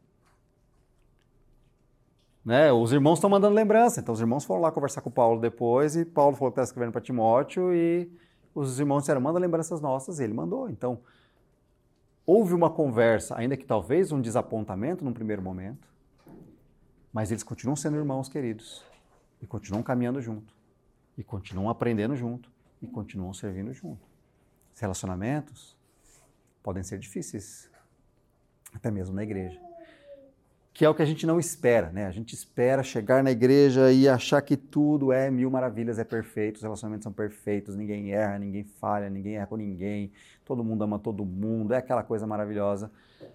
Speaker 1: Né? Os irmãos estão mandando lembrança, então os irmãos foram lá conversar com Paulo depois, e Paulo falou que estava escrevendo para Timóteo, e os irmãos disseram, manda lembranças nossas, e ele mandou. Então, houve uma conversa, ainda que talvez um desapontamento num primeiro momento, mas eles continuam sendo irmãos queridos, e continuam caminhando junto, e continuam aprendendo junto, e continuam servindo junto. Os relacionamentos podem ser difíceis, até mesmo na igreja, que é o que a gente não espera, né? A gente espera chegar na igreja e achar que tudo é mil maravilhas, é perfeito, os relacionamentos são perfeitos, ninguém erra, ninguém falha, ninguém erra com ninguém, todo mundo ama todo mundo, é aquela coisa maravilhosa.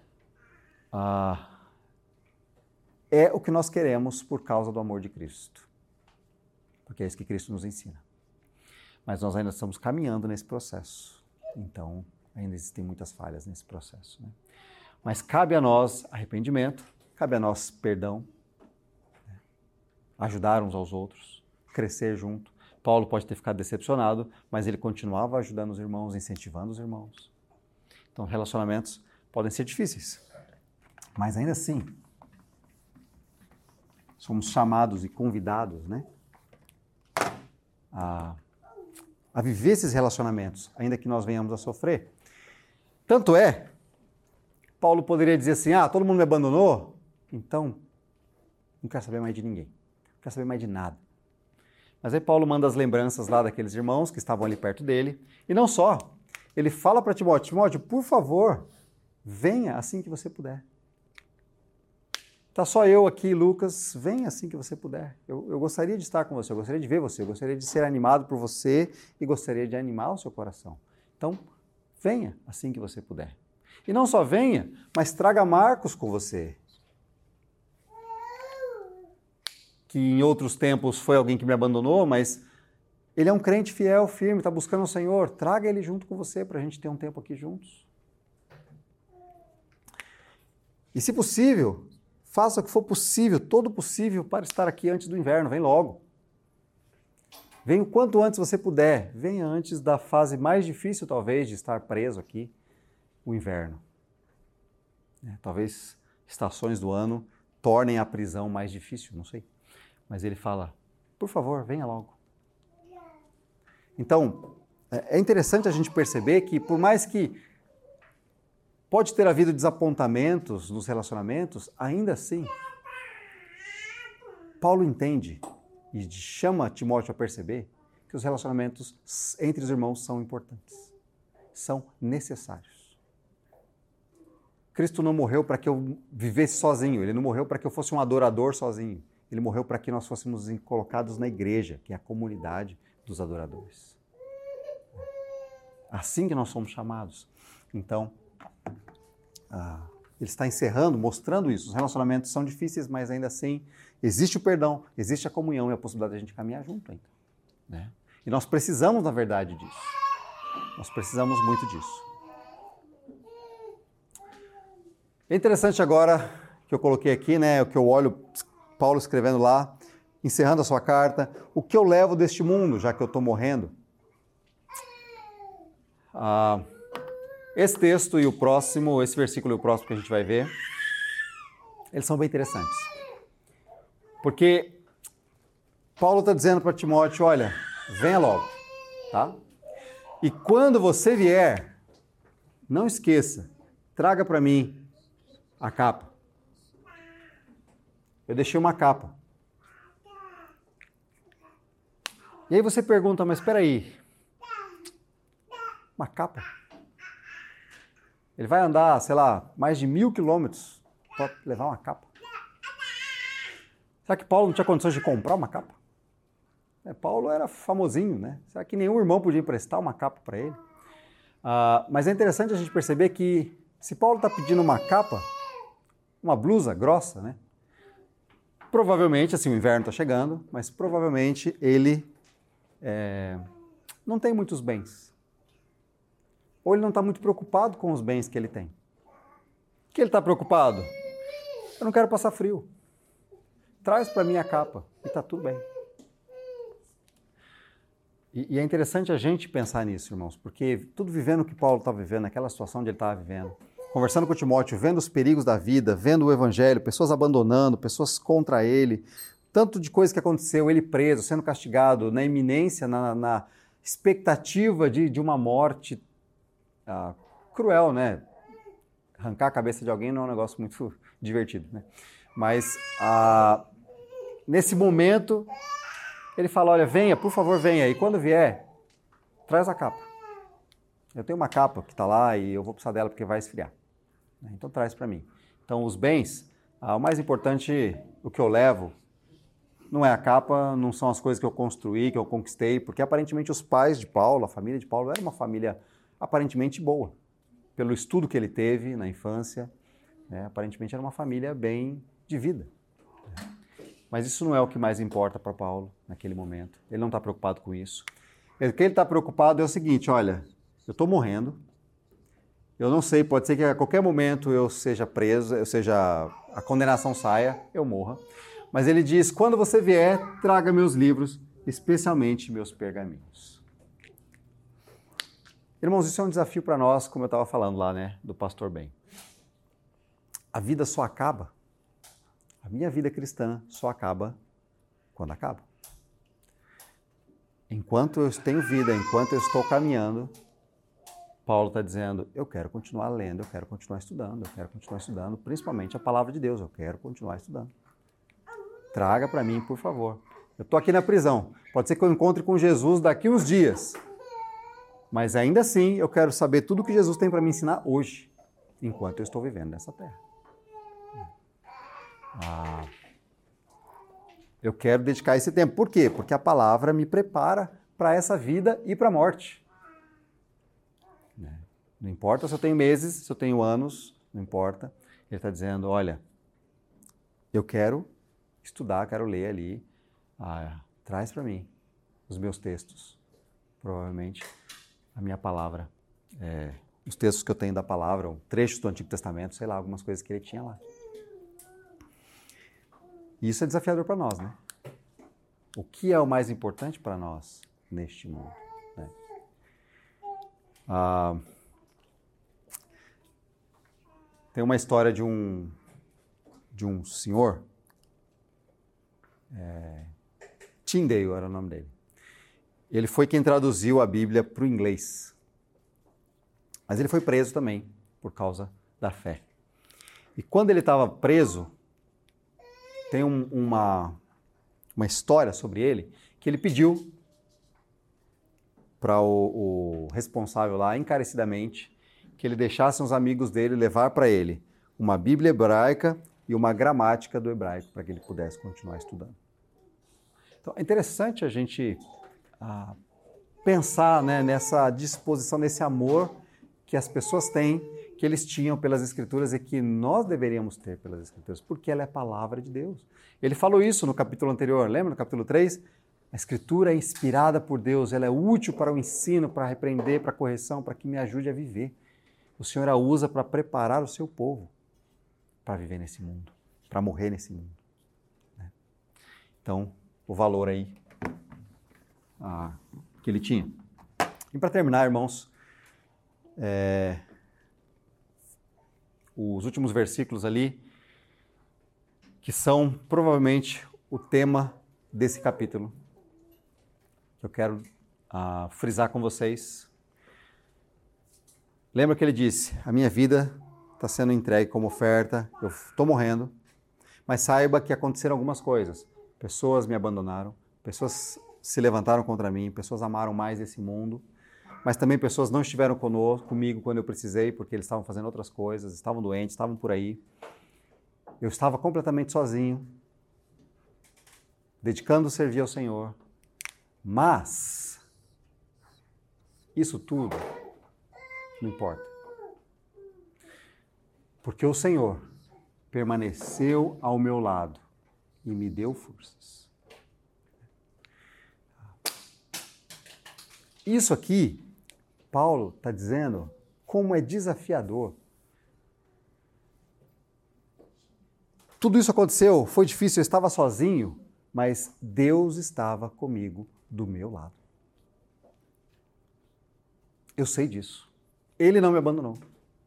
Speaker 1: É o que nós queremos por causa do amor de Cristo, porque é isso que Cristo nos ensina. Mas nós ainda estamos caminhando nesse processo, então ainda existem muitas falhas nesse processo, né? Mas cabe a nós arrependimento, cabe a nós perdão, né? Ajudar uns aos outros, crescer junto. Paulo pode ter ficado decepcionado, mas ele continuava ajudando os irmãos, incentivando os irmãos. Então, relacionamentos podem ser difíceis, mas ainda assim, somos chamados e convidados, né, a viver esses relacionamentos, ainda que nós venhamos a sofrer. Tanto é, Paulo poderia dizer assim, todo mundo me abandonou, então não quero saber mais de ninguém, não quero saber mais de nada. Mas aí Paulo manda as lembranças lá daqueles irmãos que estavam ali perto dele, e não só, ele fala para Timóteo, Timóteo, por favor, venha assim que você puder. Tá só eu aqui, Lucas, venha assim que você puder. Eu gostaria de estar com você, eu gostaria de ver você, eu gostaria de ser animado por você e gostaria de animar o seu coração. Então, venha assim que você puder. E não só venha, mas traga Marcos com você. Que em outros tempos foi alguém que me abandonou, mas ele é um crente fiel, firme, está buscando o Senhor. Traga ele junto com você para a gente ter um tempo aqui juntos. E se possível, faça o que for possível, todo possível, para estar aqui antes do inverno. Vem logo. Venha o quanto antes você puder. Venha antes da fase mais difícil, talvez, de estar preso aqui, o inverno. Talvez estações do ano tornem a prisão mais difícil, não sei. Mas ele fala, por favor, venha logo. Então, é interessante a gente perceber que, por mais que pode ter havido desapontamentos nos relacionamentos, ainda assim, Paulo entende e chama Timóteo a perceber que os relacionamentos entre os irmãos são importantes, são necessários. Cristo não morreu para que eu vivesse sozinho, ele não morreu para que eu fosse um adorador sozinho, ele morreu para que nós fôssemos colocados na igreja, que é a comunidade dos adoradores. Assim que nós somos chamados. Então, ele está encerrando, mostrando isso. Os relacionamentos são difíceis, mas ainda assim existe o perdão, existe a comunhão e a possibilidade de a gente caminhar junto ainda, né? E nós precisamos, na verdade, disso. Nós precisamos muito disso. É interessante agora que eu coloquei aqui, né, o que eu olho Paulo escrevendo lá, encerrando a sua carta, o que eu levo deste mundo, já que eu estou morrendo. Esse texto e o próximo, esse versículo e o próximo que a gente vai ver, eles são bem interessantes. Porque Paulo está dizendo para Timóteo, olha, venha logo, tá? E quando você vier, não esqueça, traga para mim a capa. Eu deixei uma capa. E aí você pergunta, mas espera aí, uma capa? Ele vai andar, sei lá, mais de 1.000 quilômetros para levar uma capa. Será que Paulo não tinha condições de comprar uma capa? Paulo era famosinho, né? Será que nenhum irmão podia emprestar uma capa para ele? Mas é interessante a gente perceber que se Paulo está pedindo uma capa, uma blusa grossa, né? Provavelmente, assim, o inverno está chegando, mas provavelmente ele não tem muitos bens. Ou ele não está muito preocupado com os bens que ele tem. O que ele está preocupado? Eu não quero passar frio. Traz para mim a capa e está tudo bem. E é interessante a gente pensar nisso, irmãos, porque tudo vivendo o que Paulo estava vivendo, naquela situação onde ele estava vivendo, conversando com Timóteo, vendo os perigos da vida, vendo o evangelho, pessoas abandonando, pessoas contra ele, tanto de coisa que aconteceu, ele preso, sendo castigado, na iminência, na expectativa de uma morte cruel, né? Arrancar a cabeça de alguém não é um negócio muito divertido, né? Mas nesse momento, ele fala, olha, venha, por favor, venha. E quando vier, traz a capa. Eu tenho uma capa que está lá e eu vou precisar dela porque vai esfriar. Então traz para mim. Então os bens, o mais importante, o que eu levo, não é a capa, não são as coisas que eu construí, que eu conquistei, porque aparentemente os pais de Paulo, a família de Paulo, era uma família aparentemente boa. Pelo estudo que ele teve na infância, aparentemente era uma família bem de vida. Mas isso não é o que mais importa para Paulo naquele momento. Ele não está preocupado com isso. O que ele está preocupado é o seguinte, olha, eu estou morrendo, eu não sei, pode ser que a qualquer momento eu seja preso, a condenação saia, eu morra. Mas ele diz, quando você vier, traga meus livros, especialmente meus pergaminhos. Irmãos, isso é um desafio para nós, como eu estava falando lá, né, do pastor Ben. A vida só acaba. A minha vida cristã só acaba quando acaba. Enquanto eu tenho vida, enquanto eu estou caminhando, Paulo está dizendo, eu quero continuar lendo, eu quero continuar estudando, principalmente a palavra de Deus, eu quero continuar estudando. Traga para mim, por favor. Eu estou aqui na prisão, pode ser que eu encontre com Jesus daqui uns dias, mas ainda assim eu quero saber tudo o que Jesus tem para me ensinar hoje, enquanto eu estou vivendo nessa terra. Eu quero dedicar esse tempo. Por quê? Porque a palavra me prepara para essa vida e para a morte. Não importa se eu tenho meses, se eu tenho anos, não importa. Ele está dizendo, olha, eu quero estudar, quero ler ali. Traz para mim os meus textos. Provavelmente a minha palavra. Os textos que eu tenho da palavra, ou trechos do Antigo Testamento, sei lá, algumas coisas que ele tinha lá. E isso é desafiador para nós, né? O que é o mais importante para nós neste mundo? Né? Tem uma história de um senhor, Tyndale era o nome dele. Ele foi quem traduziu a Bíblia para o inglês. Mas ele foi preso também por causa da fé. E quando ele estava preso, tem uma história sobre ele, que ele pediu para o responsável lá, encarecidamente, que ele deixasse os amigos dele levar para ele uma Bíblia hebraica e uma gramática do hebraico, para que ele pudesse continuar estudando. Então, é interessante a gente pensar, né, nessa disposição, nesse amor que as pessoas têm, que eles tinham pelas Escrituras e que nós deveríamos ter pelas Escrituras, porque ela é a palavra de Deus. Ele falou isso no capítulo anterior, lembra? No capítulo 3? A Escritura é inspirada por Deus, ela é útil para o ensino, para repreender, para a correção, para que me ajude a viver. O Senhor a usa para preparar o seu povo para viver nesse mundo, para morrer nesse mundo. Então, o valor aí que ele tinha. E para terminar, irmãos, os últimos versículos ali, que são provavelmente o tema desse capítulo, que eu quero frisar com vocês. Lembra que ele disse, a minha vida está sendo entregue como oferta, eu estou morrendo, mas saiba que aconteceram algumas coisas. Pessoas me abandonaram, pessoas se levantaram contra mim, pessoas amaram mais esse mundo mas também pessoas não estiveram comigo quando eu precisei, porque eles estavam fazendo outras coisas, estavam doentes, estavam por aí. Eu estava completamente sozinho, dedicando a servir ao Senhor. Mas isso tudo não importa. Porque o Senhor permaneceu ao meu lado e me deu forças. Isso aqui, Paulo está dizendo como é desafiador. Tudo isso aconteceu, foi difícil, eu estava sozinho, mas Deus estava comigo do meu lado. Eu sei disso. Ele não me abandonou.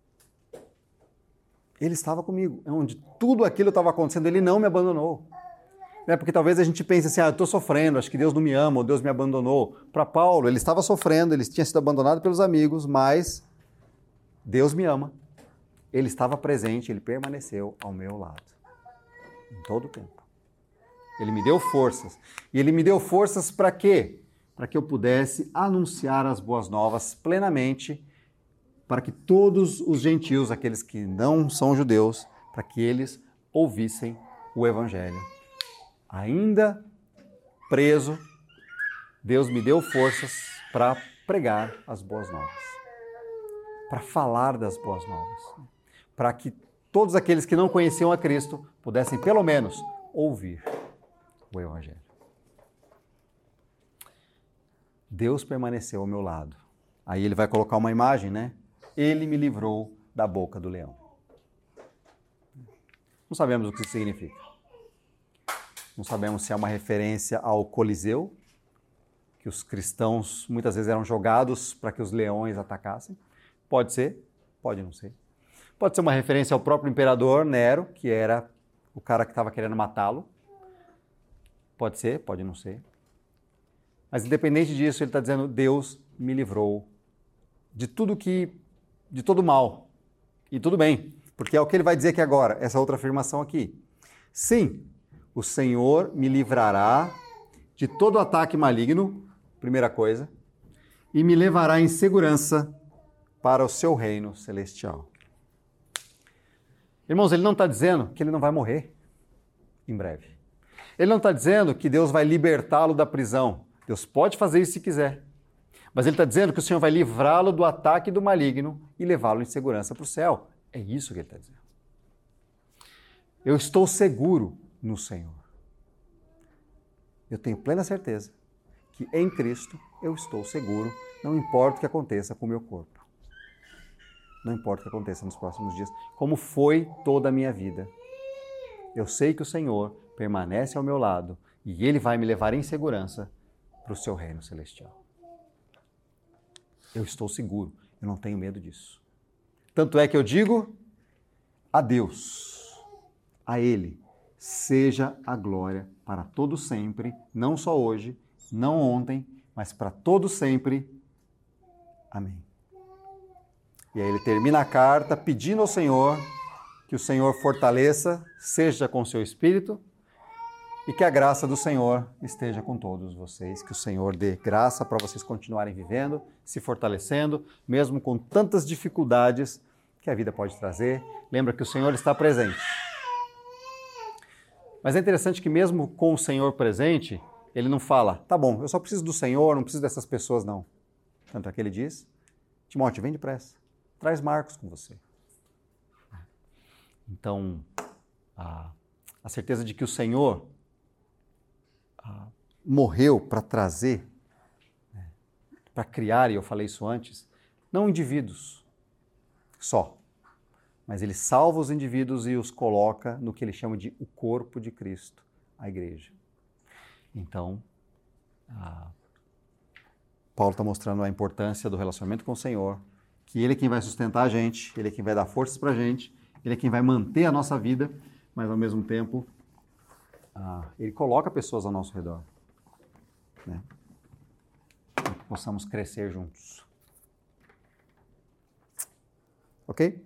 Speaker 1: Ele estava comigo. Onde tudo aquilo estava acontecendo, ele não me abandonou. Porque talvez a gente pense assim, eu estou sofrendo, acho que Deus não me ama, ou Deus me abandonou. Para Paulo, ele estava sofrendo, ele tinha sido abandonado pelos amigos, mas Deus me ama. Ele estava presente, ele permaneceu ao meu lado. Em todo o tempo. Ele me deu forças. E ele me deu forças para quê? Para que eu pudesse anunciar as boas novas plenamente, para que todos os gentios, aqueles que não são judeus, para que eles ouvissem o Evangelho. Ainda preso, Deus me deu forças para pregar as boas novas, para falar das boas novas, para que todos aqueles que não conheciam a Cristo pudessem, pelo menos, ouvir o Evangelho. Deus permaneceu ao meu lado. Aí ele vai colocar uma imagem, né? Ele me livrou da boca do leão. Não sabemos o que isso significa. Não sabemos se é uma referência ao Coliseu, que os cristãos muitas vezes eram jogados para que os leões atacassem. Pode ser, pode não ser. Pode ser uma referência ao próprio imperador Nero, que era o cara que estava querendo matá-lo. Pode ser, pode não ser. Mas independente disso, ele está dizendo, Deus me livrou de todo mal. E tudo bem, porque é o que ele vai dizer aqui agora, essa outra afirmação aqui. Sim, o Senhor me livrará de todo ataque maligno, primeira coisa, e me levará em segurança para o seu reino celestial. Irmãos, ele não está dizendo que ele não vai morrer em breve. Ele não está dizendo que Deus vai libertá-lo da prisão. Deus pode fazer isso se quiser. Mas ele está dizendo que o Senhor vai livrá-lo do ataque do maligno e levá-lo em segurança para o céu. É isso que ele está dizendo. Eu estou seguro no Senhor. Eu tenho plena certeza que em Cristo eu estou seguro, não importa o que aconteça com o meu corpo. Não importa o que aconteça nos próximos dias, como foi toda a minha vida. Eu sei que o Senhor permanece ao meu lado e Ele vai me levar em segurança para o seu reino celestial. Eu estou seguro, eu não tenho medo disso. Tanto é que eu digo a Deus, a Ele, seja a glória para todo sempre, não só hoje, não ontem, mas para todo sempre. Amém. E aí ele termina a carta pedindo ao Senhor que o Senhor fortaleça, seja com seu espírito, e que a graça do Senhor esteja com todos vocês, que o Senhor dê graça para vocês continuarem vivendo, se fortalecendo, mesmo com tantas dificuldades que a vida pode trazer. Lembra que o Senhor está presente. Mas é interessante que mesmo com o Senhor presente, ele não fala, tá bom, eu só preciso do Senhor, não preciso dessas pessoas não. Tanto é que ele diz, Timóteo, vem depressa, traz Marcos com você. Então, a certeza de que o Senhor morreu para trazer, para criar, e eu falei isso antes, não indivíduos só, mas ele salva os indivíduos e os coloca no que ele chama de o corpo de Cristo, a igreja. Então, Paulo está mostrando a importância do relacionamento com o Senhor, que Ele é quem vai sustentar a gente, Ele é quem vai dar forças para a gente, Ele é quem vai manter a nossa vida, mas ao mesmo tempo, Ele coloca pessoas ao nosso redor, né? Para que possamos crescer juntos. Ok?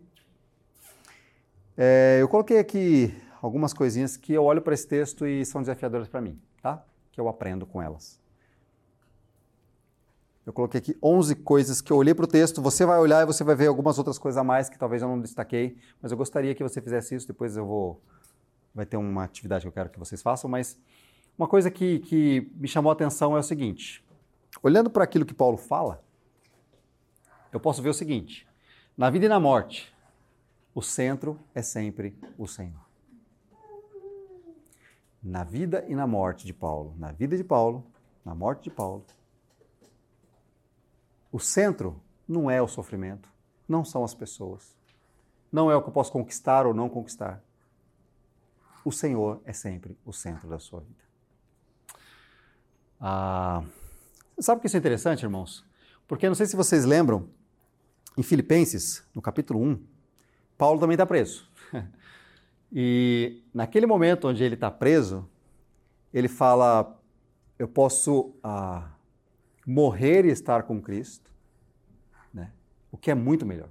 Speaker 1: Eu coloquei aqui algumas coisinhas que eu olho para esse texto e são desafiadoras para mim, tá? Que eu aprendo com elas. Eu coloquei aqui 11 coisas que eu olhei para o texto. Você vai olhar e você vai ver algumas outras coisas a mais que talvez eu não destaquei, mas eu gostaria que você fizesse isso. Depois vai ter uma atividade que eu quero que vocês façam, mas uma coisa que me chamou a atenção é o seguinte. Olhando para aquilo que Paulo fala, eu posso ver o seguinte. Na vida e na morte, o centro é sempre o Senhor. Na vida e na morte de Paulo, na vida de Paulo, na morte de Paulo, o centro não é o sofrimento, não são as pessoas, não é o que eu posso conquistar ou não conquistar. O Senhor é sempre o centro da sua vida. Sabe que isso é interessante, irmãos? Porque não sei se vocês lembram, em Filipenses, no capítulo 1, Paulo também está preso. E naquele momento onde ele está preso, ele fala, eu posso morrer e estar com Cristo, né? O que é muito melhor.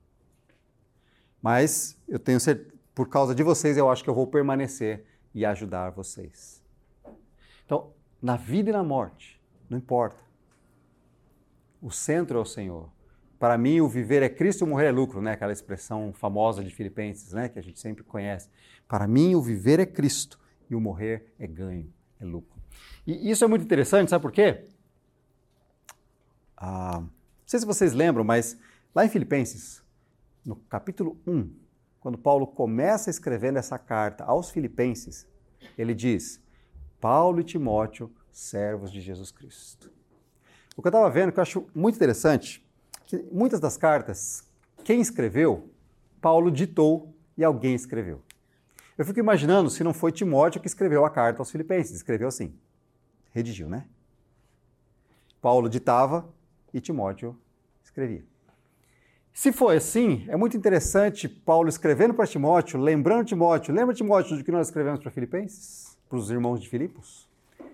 Speaker 1: Mas eu tenho certeza, por causa de vocês, eu acho que eu vou permanecer e ajudar vocês. Então, na vida e na morte, não importa. O centro é o Senhor. Para mim, o viver é Cristo e o morrer é lucro, né? Aquela expressão famosa de Filipenses, né? Que a gente sempre conhece. Para mim, o viver é Cristo e o morrer é ganho, é lucro. E isso é muito interessante, sabe por quê? Não sei se vocês lembram, mas lá em Filipenses, no capítulo 1, quando Paulo começa escrevendo essa carta aos Filipenses, ele diz, Paulo e Timóteo, servos de Jesus Cristo. O que eu estava vendo, que eu acho muito interessante, que muitas das cartas, quem escreveu, Paulo ditou e alguém escreveu. Eu fico imaginando se não foi Timóteo que escreveu a carta aos Filipenses, escreveu assim, redigiu, né? Paulo ditava e Timóteo escrevia. Se foi assim, é muito interessante Paulo escrevendo para Timóteo, lembrando Timóteo, lembra Timóteo do que nós escrevemos para Filipenses? Para os irmãos de Filipos?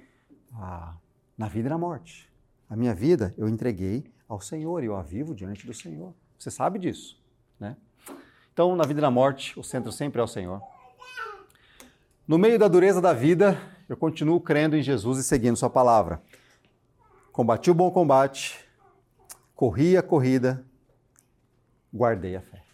Speaker 1: Na vida e na morte. A minha vida eu entreguei ao Senhor e eu a vivo diante do Senhor. Você sabe disso, né? Então, na vida e na morte, o centro sempre é o Senhor. No meio da dureza da vida, eu continuo crendo em Jesus e seguindo sua palavra. Combati o bom combate, corri a corrida, guardei a fé.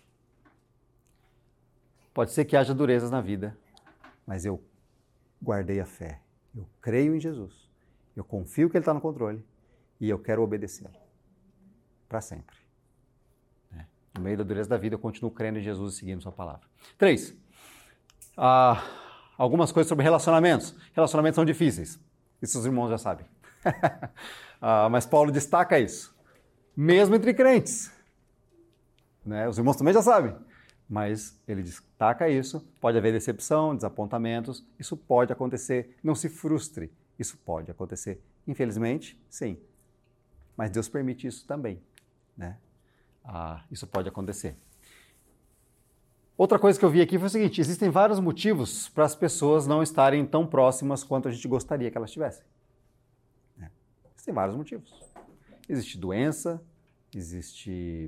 Speaker 1: Pode ser que haja durezas na vida, mas eu guardei a fé. Eu creio em Jesus. Eu confio que Ele está no controle e eu quero obedecê-lo. Para sempre. No meio da dureza da vida, eu continuo crendo em Jesus e seguindo sua palavra. 3. Algumas coisas sobre relacionamentos. Relacionamentos são difíceis. Isso os irmãos já sabem. Mas Paulo destaca isso. Mesmo entre crentes. Né? Os irmãos também já sabem. Mas ele destaca isso. Pode haver decepção, desapontamentos. Isso pode acontecer. Não se frustre. Isso pode acontecer. Infelizmente, sim. Mas Deus permite isso também. Né? Isso pode acontecer. Outra coisa que eu vi aqui foi o seguinte, existem vários motivos para as pessoas não estarem tão próximas quanto a gente gostaria que elas estivessem. Existem vários motivos. Existe doença, existe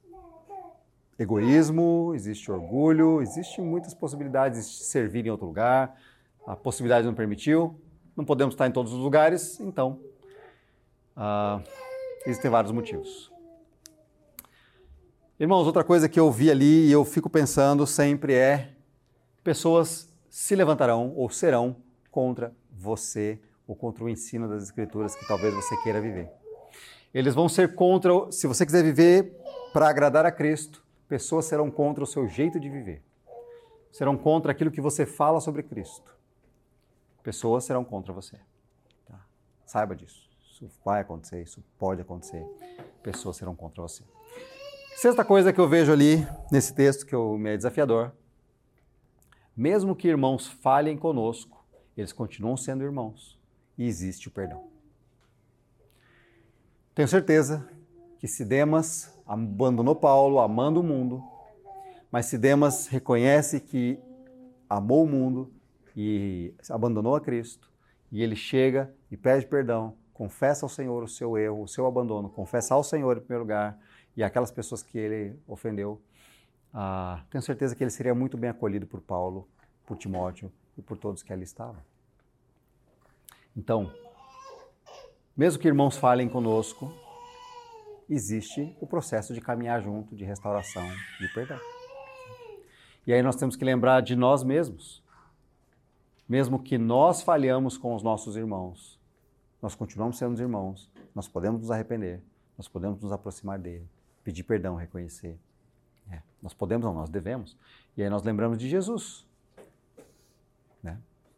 Speaker 1: egoísmo, existe orgulho, existem muitas possibilidades de servir em outro lugar, a possibilidade não permitiu, não podemos estar em todos os lugares, então existem vários motivos. Irmãos, outra coisa que eu vi ali e eu fico pensando sempre é pessoas se levantarão ou serão contra você ou contra o ensino das Escrituras que talvez você queira viver. Eles vão ser contra, se você quiser viver para agradar a Cristo, pessoas serão contra o seu jeito de viver. Serão contra aquilo que você fala sobre Cristo. Pessoas serão contra você. Tá? Saiba disso. Isso vai acontecer, isso pode acontecer. Pessoas serão contra você. Sexta coisa que eu vejo ali nesse texto, que me é desafiador. Mesmo que irmãos falhem conosco, eles continuam sendo irmãos. E existe o perdão. Tenho certeza que se Demas abandonou Paulo, amando o mundo, mas se Demas reconhece que amou o mundo e abandonou a Cristo, e ele chega e pede perdão, confessa ao Senhor o seu erro, o seu abandono, confessa ao Senhor em primeiro lugar, e aquelas pessoas que ele ofendeu, tenho certeza que ele seria muito bem acolhido por Paulo, por Timóteo e por todos que ali estavam. Então, mesmo que irmãos falem conosco, existe o processo de caminhar junto, de restauração, de perdão. E aí nós temos que lembrar de nós mesmos. Mesmo que nós falhamos com os nossos irmãos, nós continuamos sendo irmãos, nós podemos nos arrepender, nós podemos nos aproximar dele, pedir perdão, reconhecer. Nós podemos ou nós devemos. E aí nós lembramos de Jesus. Né?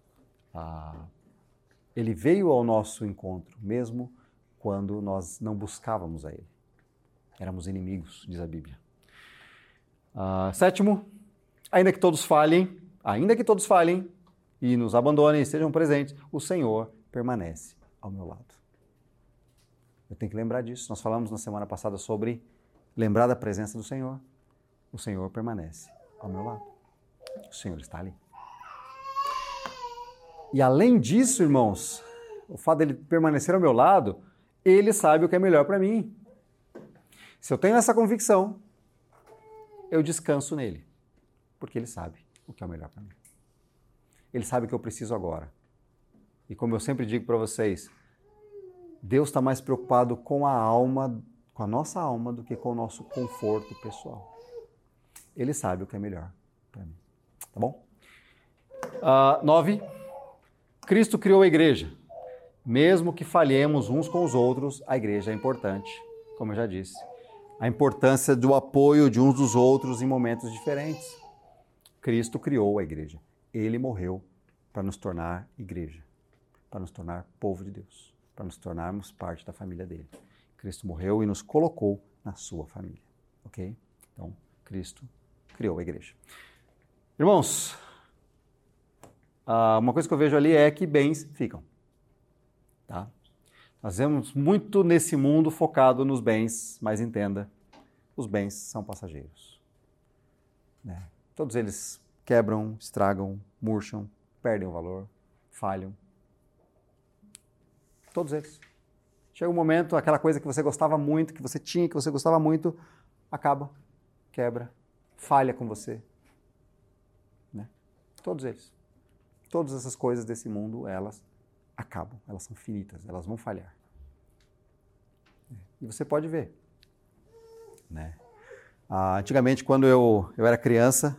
Speaker 1: Ele veio ao nosso encontro, mesmo quando nós não buscávamos a ele. Éramos inimigos, diz a Bíblia. Sétimo, ainda que todos falhem e nos abandonem e sejam presentes, o Senhor permanece ao meu lado. Eu tenho que lembrar disso. Nós falamos na semana passada sobre lembrar da presença do Senhor. O Senhor permanece ao meu lado. O Senhor está ali. E além disso, irmãos, o fato dele permanecer ao meu lado, ele sabe o que é melhor para mim. Se eu tenho essa convicção, eu descanso nele, porque ele sabe o que é o melhor para mim. Ele sabe o que eu preciso agora. E como eu sempre digo para vocês, Deus está mais preocupado com a alma, com a nossa alma, do que com o nosso conforto pessoal. Ele sabe o que é melhor para mim. Tá bom? 9. Cristo criou a igreja. Mesmo que falhemos uns com os outros, a igreja é importante, como eu já disse. A importância do apoio de uns dos outros em momentos diferentes. Cristo criou a igreja. Ele morreu para nos tornar igreja, para nos tornar povo de Deus, para nos tornarmos parte da família dele. Cristo morreu e nos colocou na sua família. Ok? Então, Cristo criou a igreja. Irmãos, uma coisa que eu vejo ali é que bens ficam. Tá? Nós vemos muito nesse mundo focado nos bens, mas entenda, os bens são passageiros. Né? Todos eles quebram, estragam, murcham, perdem o valor, falham. Todos eles. Chega um momento, aquela coisa que você gostava muito, que você tinha, que você gostava muito, acaba, quebra, falha com você. Né? Todos eles. Todas essas coisas desse mundo, elas acabam, elas são finitas, elas vão falhar. E você pode ver. Né? Antigamente, quando eu era criança,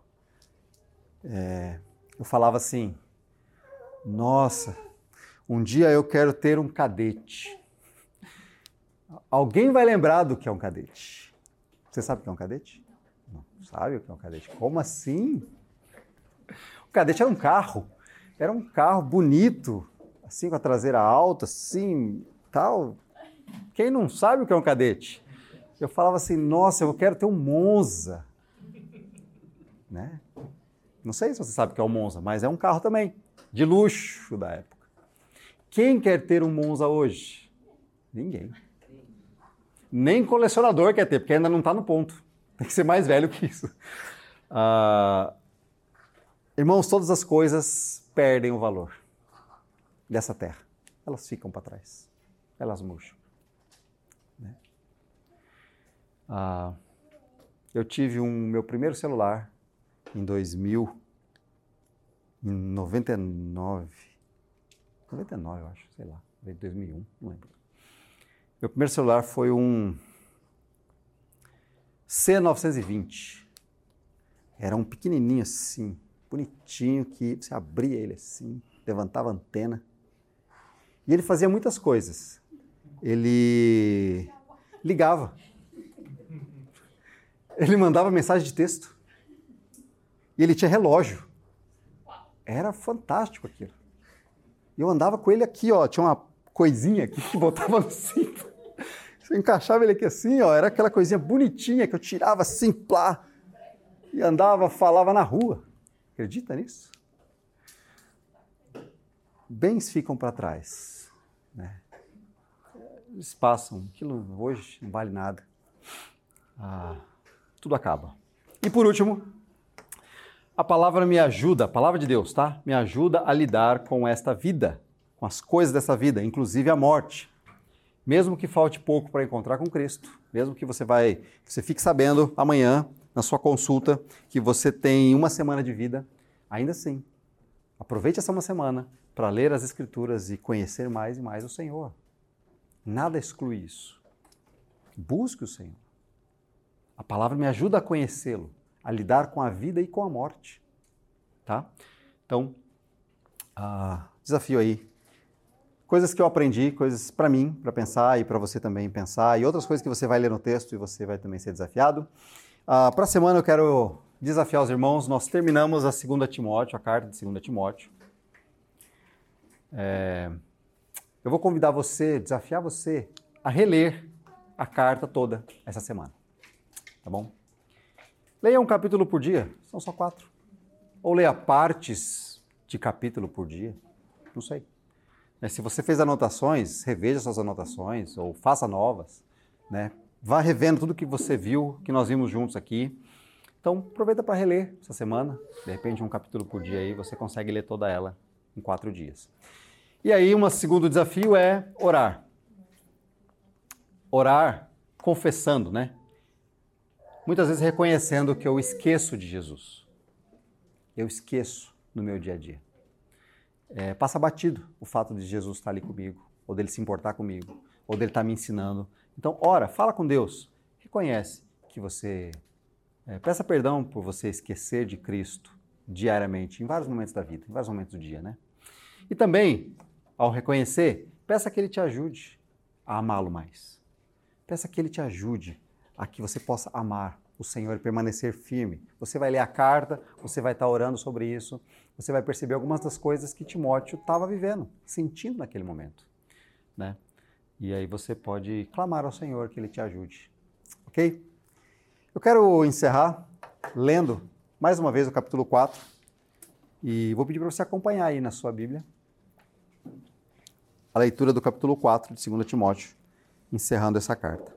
Speaker 1: eu falava assim, nossa, um dia eu quero ter um cadete. Alguém vai lembrar do que é um cadete. Você sabe o que é um cadete? Não sabe o que é um cadete. Como assim? O cadete era um carro bonito, assim com a traseira alta, assim, tal. Quem não sabe o que é um cadete? Eu falava assim, nossa, eu quero ter um Monza. Né? Não sei se você sabe o que é um Monza, mas é um carro também, de luxo da época. Quem quer ter um Monza hoje? Ninguém. Nem colecionador quer ter, porque ainda não está no ponto. Tem que ser mais velho que isso. Irmãos, todas as coisas perdem o valor dessa terra. Elas ficam para trás. Elas murcham. Né? Eu tive meu primeiro celular em 99, eu acho, sei lá, 2001, não lembro. Meu primeiro celular foi um C920. Era um pequenininho assim, bonitinho, que você abria ele assim, levantava a antena. E ele fazia muitas coisas. Ele ligava. Ele mandava mensagem de texto. E ele tinha relógio. Era fantástico aquilo. E eu andava com ele aqui, ó, tinha uma coisinha aqui que botava no cinto. Você encaixava ele aqui assim, ó, era aquela coisinha bonitinha que eu tirava assim, plá, e andava, falava na rua. Acredita nisso? Bens ficam para trás. Né? Eles passam, aquilo hoje não vale nada. Tudo acaba. E por último, a palavra me ajuda, a palavra de Deus, tá? Me ajuda a lidar com esta vida, com as coisas dessa vida, inclusive a morte. Mesmo que falte pouco para encontrar com Cristo, mesmo que você fique sabendo amanhã, na sua consulta, que você tem uma semana de vida, ainda assim, aproveite essa uma semana para ler as Escrituras e conhecer mais e mais o Senhor. Nada exclui isso. Busque o Senhor. A palavra me ajuda a conhecê-lo, a lidar com a vida e com a morte. Tá? Então, desafio aí. Coisas que eu aprendi, coisas para mim, para pensar e para você também pensar, e outras coisas que você vai ler no texto e você vai também ser desafiado. Para a semana eu quero desafiar os irmãos. Nós terminamos a 2 Timóteo, a carta de 2 Timóteo. Eu vou convidar você, desafiar você a reler a carta toda essa semana. Tá bom? Leia um capítulo por dia, são só 4. Ou leia partes de capítulo por dia, não sei. Se você fez anotações, reveja suas anotações ou faça novas, né? Vá revendo tudo que você viu, que nós vimos juntos aqui. Então, aproveita para reler essa semana. De repente, um capítulo por dia aí, você consegue ler toda ela em 4 dias. E aí, um segundo desafio é orar. Orar confessando, né? Muitas vezes reconhecendo que eu esqueço de Jesus. Eu esqueço no meu dia a dia. Passa batido o fato de Jesus estar ali comigo, ou dele se importar comigo, ou dele estar me ensinando. Então, ora, fala com Deus, reconhece que você... peça perdão por você esquecer de Cristo diariamente, em vários momentos da vida, em vários momentos do dia, né? E também, ao reconhecer, peça que Ele te ajude a amá-lo mais. Peça que Ele te ajude a que você possa amar o Senhor e permanecer firme. Você vai ler a carta, você vai estar orando sobre isso, você vai perceber algumas das coisas que Timóteo estava vivendo, sentindo naquele momento, né? E aí você pode clamar ao Senhor que Ele te ajude, ok? Eu quero encerrar lendo mais uma vez o capítulo 4 e vou pedir para você acompanhar aí na sua Bíblia a leitura do capítulo 4 de 2 Timóteo, encerrando essa carta.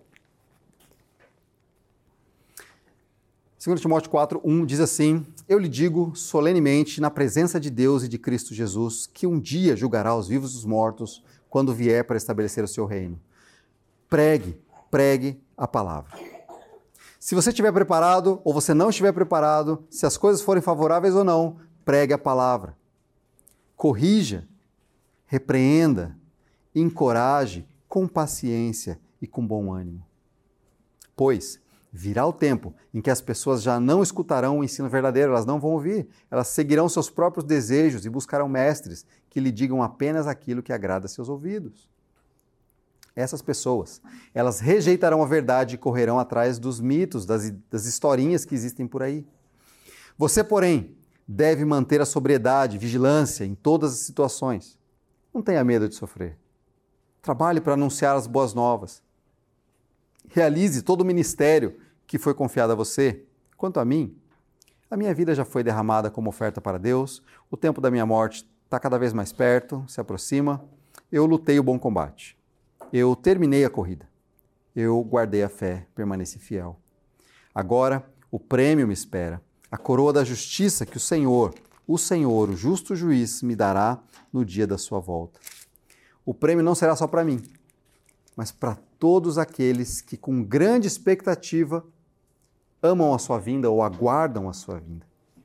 Speaker 1: 2 Timóteo 4, 1 diz assim: Eu lhe digo solenemente, na presença de Deus e de Cristo Jesus, que um dia julgará os vivos e os mortos, quando vier para estabelecer o seu reino. Pregue a palavra. Se você estiver preparado ou você não estiver preparado, se as coisas forem favoráveis ou não, pregue a palavra. Corrija, repreenda, encoraje com paciência e com bom ânimo. Pois virá o tempo em que as pessoas já não escutarão o ensino verdadeiro, elas não vão ouvir, elas seguirão seus próprios desejos e buscarão mestres que lhe digam apenas aquilo que agrada seus ouvidos. Essas pessoas, elas rejeitarão a verdade e correrão atrás dos mitos, das historinhas que existem por aí. Você, porém, deve manter a sobriedade, vigilância em todas as situações. Não tenha medo de sofrer. Trabalhe para anunciar as boas novas. Realize todo o ministério que foi confiado a você. Quanto a mim, a minha vida já foi derramada como oferta para Deus, o tempo da minha morte está cada vez mais perto, se aproxima. Eu lutei o bom combate. Eu terminei a corrida. Eu guardei a fé, permaneci fiel. Agora, o prêmio me espera, a coroa da justiça que o Senhor, o justo juiz, me dará no dia da sua volta. O prêmio não será só para mim, mas para todos aqueles que, com grande expectativa, amam a sua vinda ou aguardam a sua vinda.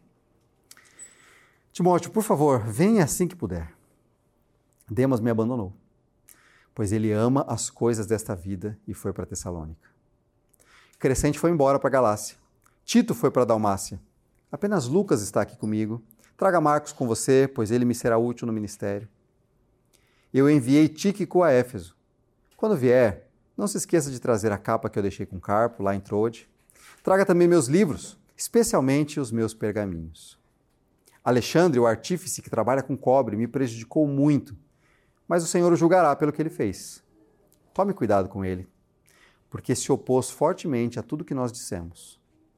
Speaker 1: Timóteo, por favor, venha assim que puder. Demas me abandonou, pois ele ama as coisas desta vida e foi para Tessalônica. Crescente foi embora para Galácia. Tito foi para Dalmácia. Apenas Lucas está aqui comigo. Traga Marcos com você, pois ele me será útil no ministério. Eu enviei Tíquico a Éfeso. Quando vier, não se esqueça de trazer a capa que eu deixei com Carpo, lá em Troade. Traga também meus livros, especialmente os meus pergaminhos. Alexandre, o artífice que trabalha com cobre, me prejudicou muito, mas o Senhor o julgará pelo que ele fez. Tome cuidado com ele, porque se opôs fortemente a tudo que nós dissemos.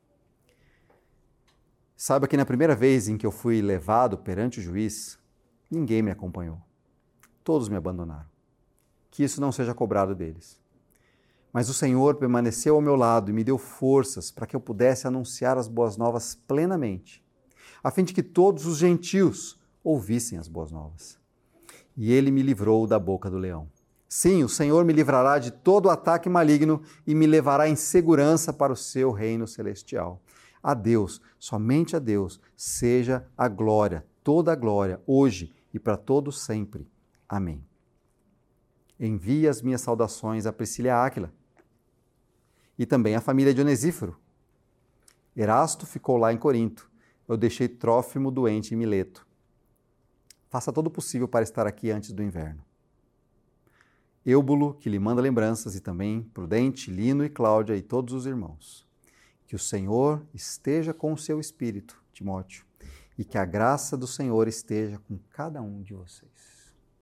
Speaker 1: Saiba que na primeira vez em que eu fui levado perante o juiz, ninguém me acompanhou. Todos me abandonaram. Que isso não seja cobrado deles. Mas o Senhor permaneceu ao meu lado e me deu forças para que eu pudesse anunciar as boas novas plenamente, a fim de que todos os gentios ouvissem as boas novas. E ele me livrou da boca do leão. Sim, o Senhor me livrará de todo ataque maligno e me levará em segurança para o seu reino celestial. A Deus, somente a Deus, seja a glória, toda a glória, hoje e para todos sempre. Amém. Envie as minhas saudações a Priscila e a Áquila. e também a família de Onesíforo. Erasto ficou lá em Corinto. Eu deixei Trófimo doente em Mileto. Faça todo o possível para estar aqui antes do inverno. Eubulo, que lhe manda lembranças, e também Prudente, Lino e Cláudia e todos os irmãos. Que o Senhor esteja com o seu espírito, Timóteo, e que a graça do Senhor esteja com cada um de vocês.